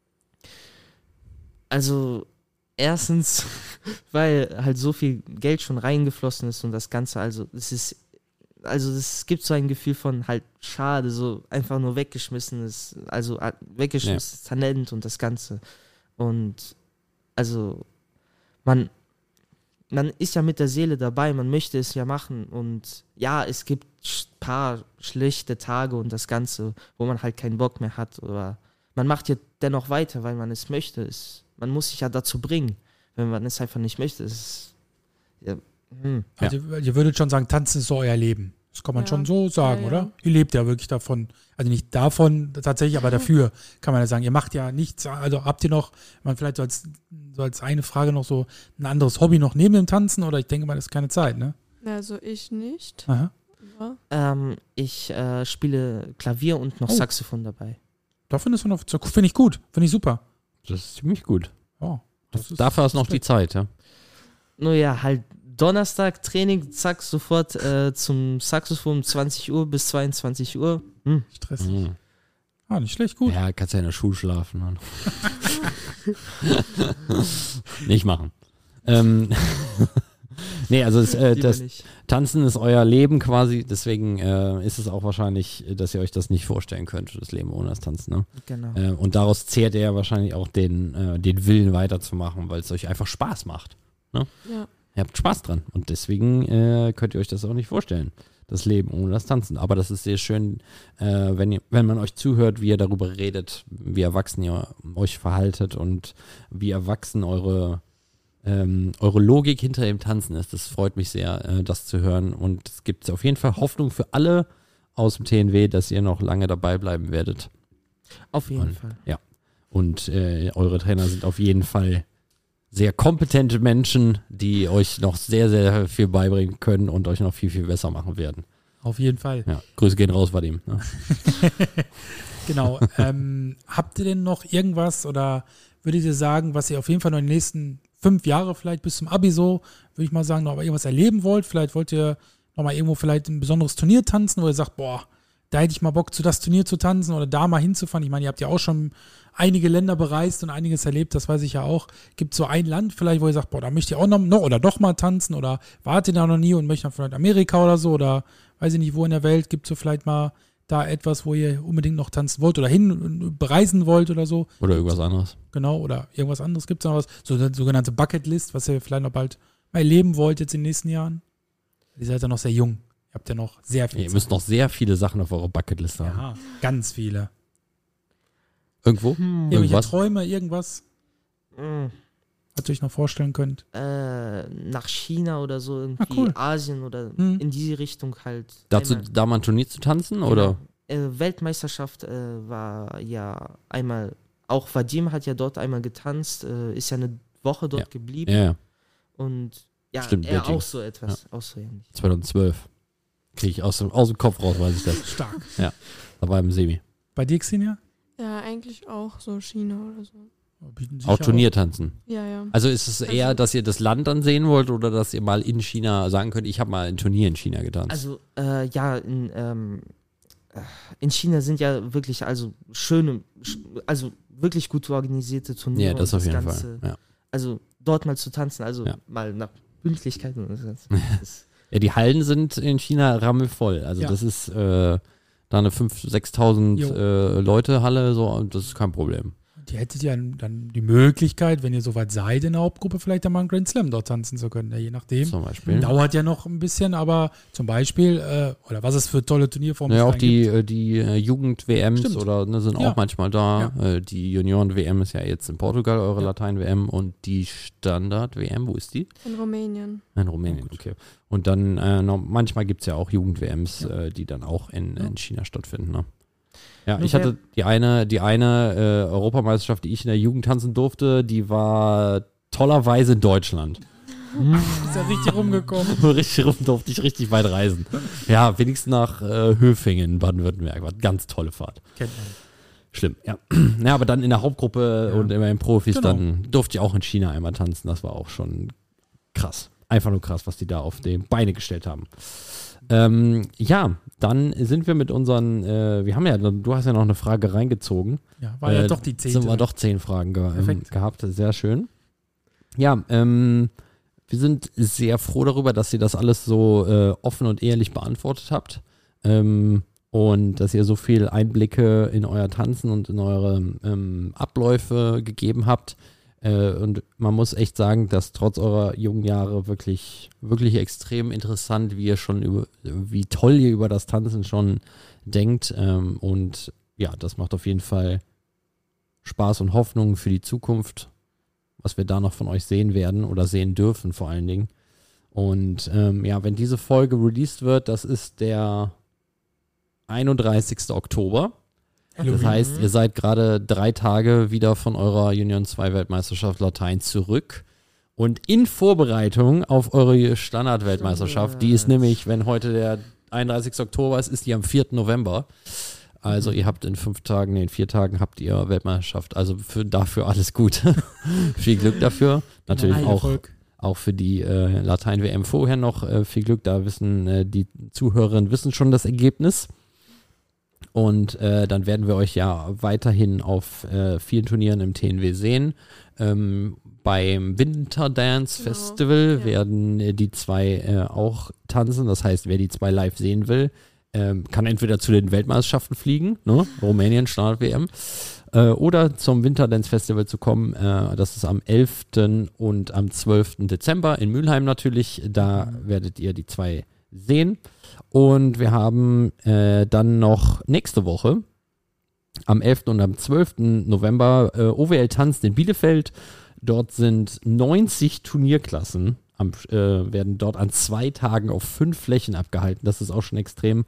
Also erstens, weil halt so viel Geld schon reingeflossen ist und das Ganze, also es ist, also es gibt so ein Gefühl von halt schade, so einfach nur weggeschmissenes, also äh, weggeschmissenes Talent und das Ganze. Und also man, man ist ja mit der Seele dabei, man möchte es ja machen und ja, es gibt ein paar schlechte Tage und das Ganze, wo man halt keinen Bock mehr hat, oder man macht ja dennoch weiter, weil man es möchte. Es, man muss sich ja dazu bringen. Wenn man es einfach nicht möchte, ist es, ja, hm. Also ihr würdet schon sagen, Tanzen ist so euer Leben. Das kann man Ja. schon so sagen, Ja, ja. oder? Ihr lebt ja wirklich davon. Also nicht davon tatsächlich, aber dafür kann man ja sagen, ihr macht ja nichts. Also habt ihr noch, man vielleicht so als, so als eine Frage noch so ein anderes Hobby noch neben dem Tanzen, oder ich denke mal, das ist keine Zeit, ne? Also ich nicht. Aha. Ja. ähm, ich äh, spiele Klavier und noch Oh. Saxophon dabei. Da findest du noch, finde ich gut, finde ich super. Das ist ziemlich gut. Oh, das ist, Dafür ist noch die schlecht. Zeit, ja. Nur ja, halt Donnerstag Training, zack, sofort äh, zum Saxophon um zwanzig Uhr bis zweiundzwanzig Uhr. Hm. Stressig. Mhm. Ah, nicht schlecht, gut. Ja, kannst ja in der Schule schlafen. Mann. Nicht machen. Ähm, nee, also es, äh, Lieber das nicht. Tanzen ist euer Leben quasi, deswegen äh, ist es auch wahrscheinlich, dass ihr euch das nicht vorstellen könnt, das Leben ohne das Tanzen. Ne? Genau. Äh, und daraus zehrt ihr ja wahrscheinlich auch den, äh, den Willen weiterzumachen, weil es euch einfach Spaß macht. Ja. Ihr habt Spaß dran und deswegen äh, könnt ihr euch das auch nicht vorstellen, das Leben ohne das Tanzen. Aber das ist sehr schön, äh, wenn, ihr, wenn man euch zuhört, wie ihr darüber redet, wie erwachsen ihr euch verhaltet und wie erwachsen eure, ähm, eure Logik hinter dem Tanzen ist. Das freut mich sehr, äh, das zu hören, und es gibt auf jeden Fall Hoffnung für alle aus dem T N W, dass ihr noch lange dabei bleiben werdet. Auf jeden Und, Fall. Ja. Und äh, eure Trainer sind auf jeden Fall sehr kompetente Menschen, die euch noch sehr, sehr viel beibringen können und euch noch viel, viel besser machen werden. Auf jeden Fall. Ja, Grüße gehen raus, Vadim. Ne? Genau. ähm, habt ihr denn noch irgendwas oder würdet ihr sagen, was ihr auf jeden Fall noch in den nächsten fünf Jahre vielleicht bis zum Abi so, würde ich mal sagen, noch irgendwas erleben wollt? Vielleicht wollt ihr noch mal irgendwo vielleicht ein besonderes Turnier tanzen, wo ihr sagt, boah, da hätte ich mal Bock, zu das Turnier zu tanzen oder da mal hinzufahren. Ich meine, ihr habt ja auch schon einige Länder bereist und einiges erlebt, das weiß ich ja auch. Gibt es so ein Land vielleicht, wo ihr sagt, boah, da möchte ich auch noch, noch oder doch mal tanzen oder wart ihr da noch nie und möchtet dann vielleicht Amerika oder so oder weiß ich nicht, wo in der Welt gibt es so vielleicht mal da etwas, wo ihr unbedingt noch tanzen wollt oder hin bereisen wollt oder so. Oder irgendwas anderes. Genau, oder irgendwas anderes. Gibt es noch was? So eine sogenannte Bucketlist, was ihr vielleicht noch bald mal erleben wollt jetzt in den nächsten Jahren? Ihr seid ja noch sehr jung. Ihr habt ja noch sehr viel. Ihr müsst noch sehr viele Sachen auf eurer Bucketlist haben. Ja, ganz viele. Irgendwo? Hm. Irgendwelche Irgendwas? Träume, irgendwas, Mm, was ihr euch noch vorstellen könnt. äh, nach China oder so, irgendwie Ah, cool. Asien oder Hm. in diese Richtung halt. Dazu, einmal- da mal ein Turnier zu tanzen, oder? Äh, Weltmeisterschaft äh, war ja einmal, auch Vadim hat ja dort einmal getanzt, äh, ist ja eine Woche dort Ja. geblieben. Ja, ja. Und ja, Stimmt, er Beijing. auch so etwas, auch so ähnlich. zweitausendzwölf. Kriege ich aus dem, aus dem Kopf raus, weiß ich das. Stark. Da war im Semi. Bei dir, Xenia? Ja, eigentlich auch so China oder so. Bieten sich Auch ja Turnier tanzen. Ja, ja. Also ist es eher, Also- dass ihr das Land dann sehen wollt oder dass ihr mal in China sagen könnt, ich habe mal ein Turnier in China getanzt? Also, äh, ja, in, ähm, äh, in China sind ja wirklich also schöne, sch- also wirklich gut organisierte Turniere. ja, das und auf jeden Ganze, Fall. Ja. Also dort mal zu tanzen, also Ja. mal nach Pünktlichkeit. Und das, das, ja, die Hallen sind in China rammelvoll. Also Ja. das ist äh, da eine fünftausend, sechstausend Jo. äh, Leute Halle, so, und das ist kein Problem. Die hättet ja dann die Möglichkeit, wenn ihr soweit seid in der Hauptgruppe, vielleicht einmal einen Grand Slam dort tanzen zu können. Ja, je nachdem. Zum Beispiel. Dauert ja noch ein bisschen, aber zum Beispiel, äh, oder was es für tolle Turnierformen Ja, es auch da die, gibt. äh, die äh, Jugend-W Ms Stimmt. oder ne, sind Ja. auch manchmal da. Äh, die Junioren-W M ist ja jetzt in Portugal, eure Ja. Latein-W M, und die Standard-W M, wo ist die? In Rumänien. In Rumänien, okay. Und dann äh, noch, manchmal gibt es ja auch Jugend-W Ms, Ja. äh, die dann auch in, Ja. in China stattfinden. Ne? Ja, Nur ich hatte die eine, die eine äh, Europameisterschaft, die ich in der Jugend tanzen durfte, die war tollerweise in Deutschland. Ist ja richtig rumgekommen. Richtig rum durfte ich richtig weit reisen. Ja, wenigstens nach äh, Höfingen in Baden-Württemberg. War eine ganz tolle Fahrt. Kennt man. Schlimm, ja. Ja, aber dann in der Hauptgruppe Ja. und immer in Profis, Genau. dann durfte ich auch in China einmal tanzen. Das war auch schon krass. Einfach nur krass, was die da auf die Beine gestellt haben. Ähm, ja, dann sind wir mit unseren, äh, wir haben ja, du hast ja noch eine Frage reingezogen. Ja, war ja Äh, doch die zehnte. Sind wir doch zehn Fragen ge ähm, Perfekt. gehabt, sehr schön. Ja, ähm, wir sind sehr froh darüber, dass ihr das alles so äh, offen und ehrlich beantwortet habt. Ähm, und dass ihr so viel Einblicke in euer Tanzen und in eure ähm, Abläufe gegeben habt. Äh, und man muss echt sagen, dass trotz eurer jungen Jahre wirklich, wirklich extrem interessant, wie ihr schon über, wie toll ihr über das Tanzen schon denkt. Ähm, und ja, das macht auf jeden Fall Spaß und Hoffnung für die Zukunft, was wir da noch von euch sehen werden oder sehen dürfen vor allen Dingen. Und ähm, ja, wenn diese Folge released wird, das ist der einunddreißigsten Oktober. Das Halloween. heißt, ihr seid gerade drei Tage wieder von eurer Union zwei Weltmeisterschaft Latein zurück und in Vorbereitung auf eure Standard-Weltmeisterschaft. Die ist nämlich, wenn heute der einunddreißigste Oktober ist, ist die am vierten November. Also ihr habt in fünf Tagen, nee, in vier Tagen habt ihr Weltmeisterschaft. Also für, dafür alles gut. Viel Glück dafür. Natürlich Viel auch, Erfolg. auch für die äh, Latein-W M vorher noch äh, viel Glück. Da wissen äh, die Zuhörerinnen wissen schon das Ergebnis. Und äh, dann werden wir euch ja weiterhin auf äh, vielen Turnieren im T N W sehen. Ähm, beim Winter Dance Genau, Festival ja. werden äh, die zwei äh, auch tanzen. Das heißt, wer die zwei live sehen will, ähm, kann entweder zu den Weltmeisterschaften fliegen, ne? Rumänien Standard-W M, äh, oder zum Winter Dance Festival zu kommen. Äh, das ist am elften und am zwölften Dezember in Mülheim natürlich. Da werdet ihr die zwei sehen. Und wir haben äh, dann noch nächste Woche am elften und am zwölften November äh, O W L tanzt in Bielefeld. Dort sind neunzig Turnierklassen, am, äh, werden dort an zwei Tagen auf fünf Flächen abgehalten. Das ist auch schon extrem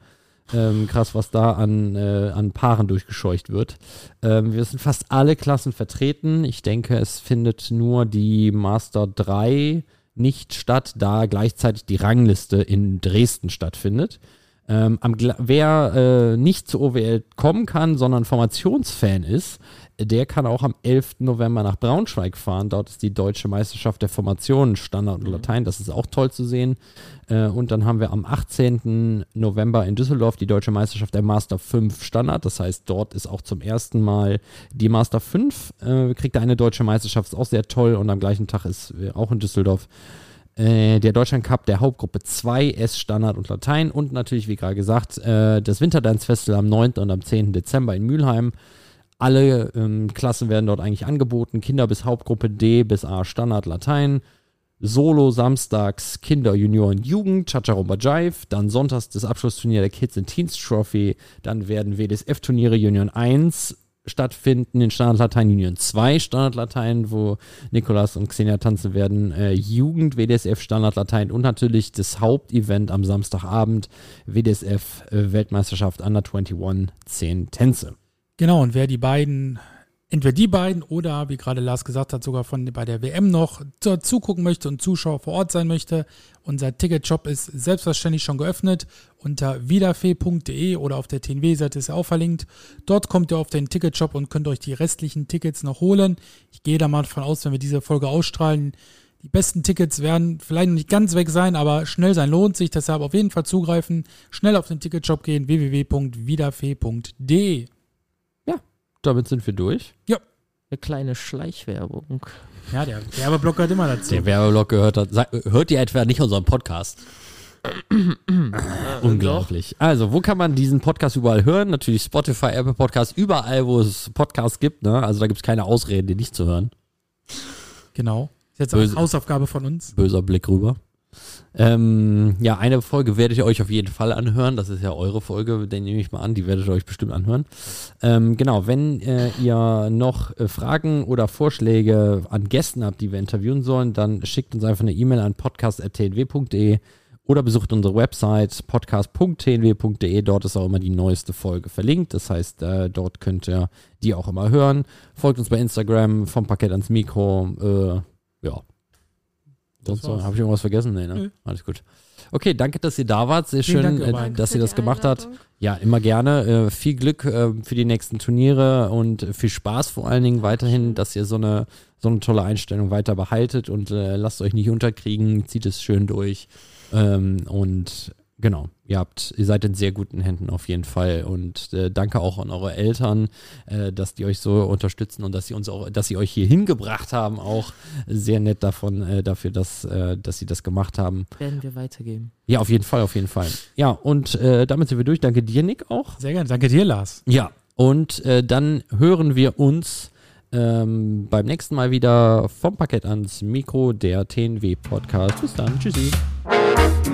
Ähm, krass, was da an, äh, an Paaren durchgescheucht wird. Ähm, wir sind fast alle Klassen vertreten. Ich denke, es findet nur die Master drei nicht statt, da gleichzeitig die Rangliste in Dresden stattfindet. Ähm, am, wer äh, nicht zur O W L kommen kann, sondern Formationsfan ist, der kann auch am elften November nach Braunschweig fahren. Dort ist die Deutsche Meisterschaft der Formationen Standard und Latein. Das ist auch toll zu sehen. Äh, und dann haben wir am achtzehnten November in Düsseldorf die Deutsche Meisterschaft der Master fünf Standard. Das heißt, dort ist auch zum ersten Mal die Master fünf. Äh, kriegt da eine Deutsche Meisterschaft, ist auch sehr toll. Und am gleichen Tag ist äh, auch in Düsseldorf äh, der Deutschland Cup der Hauptgruppe zwei, S Standard und Latein. Und natürlich, wie gerade gesagt, äh, das Winterdance Festival am neunten und am zehnten Dezember in Mülheim. Alle ähm, Klassen werden dort eigentlich angeboten. Kinder bis Hauptgruppe D bis A Standard Latein. Solo samstags Kinder, Junioren, Jugend, Cha-Cha-Rumba Jive. Dann sonntags das Abschlussturnier der Kids and Teens Trophy. Dann werden W D S F-Turniere Junioren eins stattfinden. In Standard Latein Junioren zwei Standard Latein, wo Nikolas und Xenia tanzen werden. Äh, Jugend, W D S F Standard Latein und natürlich das Hauptevent am Samstagabend. W D S F äh, Weltmeisterschaft Under einundzwanzig, zehn Tänze. Genau, und wer die beiden, entweder die beiden oder, wie gerade Lars gesagt hat, sogar von bei der W M noch zugucken möchte und Zuschauer vor Ort sein möchte, unser Ticketshop ist selbstverständlich schon geöffnet unter wiederfee punkt de oder auf der T N W-Seite ist er auch verlinkt. Dort kommt ihr auf den Ticketshop und könnt euch die restlichen Tickets noch holen. Ich gehe da mal davon aus, wenn wir diese Folge ausstrahlen, die besten Tickets werden vielleicht noch nicht ganz weg sein, aber schnell sein lohnt sich, deshalb auf jeden Fall zugreifen. Schnell auf den Ticketshop gehen, w w w punkt wiederfee punkt de. Damit sind wir durch. Ja. Eine kleine Schleichwerbung. Ja, der Werbeblock gehört immer dazu. Der Werbeblock gehört hat. Hört ihr etwa nicht unseren Podcast? Unglaublich. Also, wo kann man diesen Podcast überall hören? Natürlich Spotify, Apple Podcasts, überall, wo es Podcasts gibt. Ne? Also da gibt es keine Ausreden, den nicht zu hören. Genau. Ist jetzt auch eine Hausaufgabe von uns. Böser Blick rüber. Ähm, ja, eine Folge werdet ihr euch auf jeden Fall anhören. Das ist ja eure Folge, den nehme ich mal an. Die werdet ihr euch bestimmt anhören. Ähm, genau, wenn äh, ihr noch äh, Fragen oder Vorschläge an Gästen habt, die wir interviewen sollen, dann schickt uns einfach eine E-Mail an podcast at t n w punkt de oder besucht unsere Website podcast punkt t n w punkt de. Dort ist auch immer die neueste Folge verlinkt. Das heißt, äh, dort könnt ihr die auch immer hören. Folgt uns bei Instagram, vom Parkett ans Mikro. Äh, ja. Sonst habe ich irgendwas vergessen? Nee, ne? Mhm. Alles gut. Okay, danke, dass ihr da wart. Sehr schön, äh, dass ihr das gemacht habt. Ja, immer gerne. Äh, viel Glück äh, für die nächsten Turniere und viel Spaß vor allen Dingen weiterhin, dass ihr so eine, so eine tolle Einstellung weiter behaltet und äh, lasst euch nicht unterkriegen, zieht es schön durch. Ähm, und genau, ihr habt, ihr seid in sehr guten Händen auf jeden Fall und äh, danke auch an eure Eltern, äh, dass die euch so unterstützen und dass sie uns auch, dass sie euch hier hingebracht haben, auch sehr nett davon, äh, dafür, dass, äh, dass sie das gemacht haben. Werden wir weitergeben. Ja, auf jeden Fall, auf jeden Fall. Ja, und äh, damit sind wir durch. Danke dir, Nick, auch. Sehr gerne, danke dir, Lars. Ja, und äh, dann hören wir uns ähm, beim nächsten Mal wieder vom Parkett ans Mikro, der T N W-Podcast. Bis dann, tschüssi.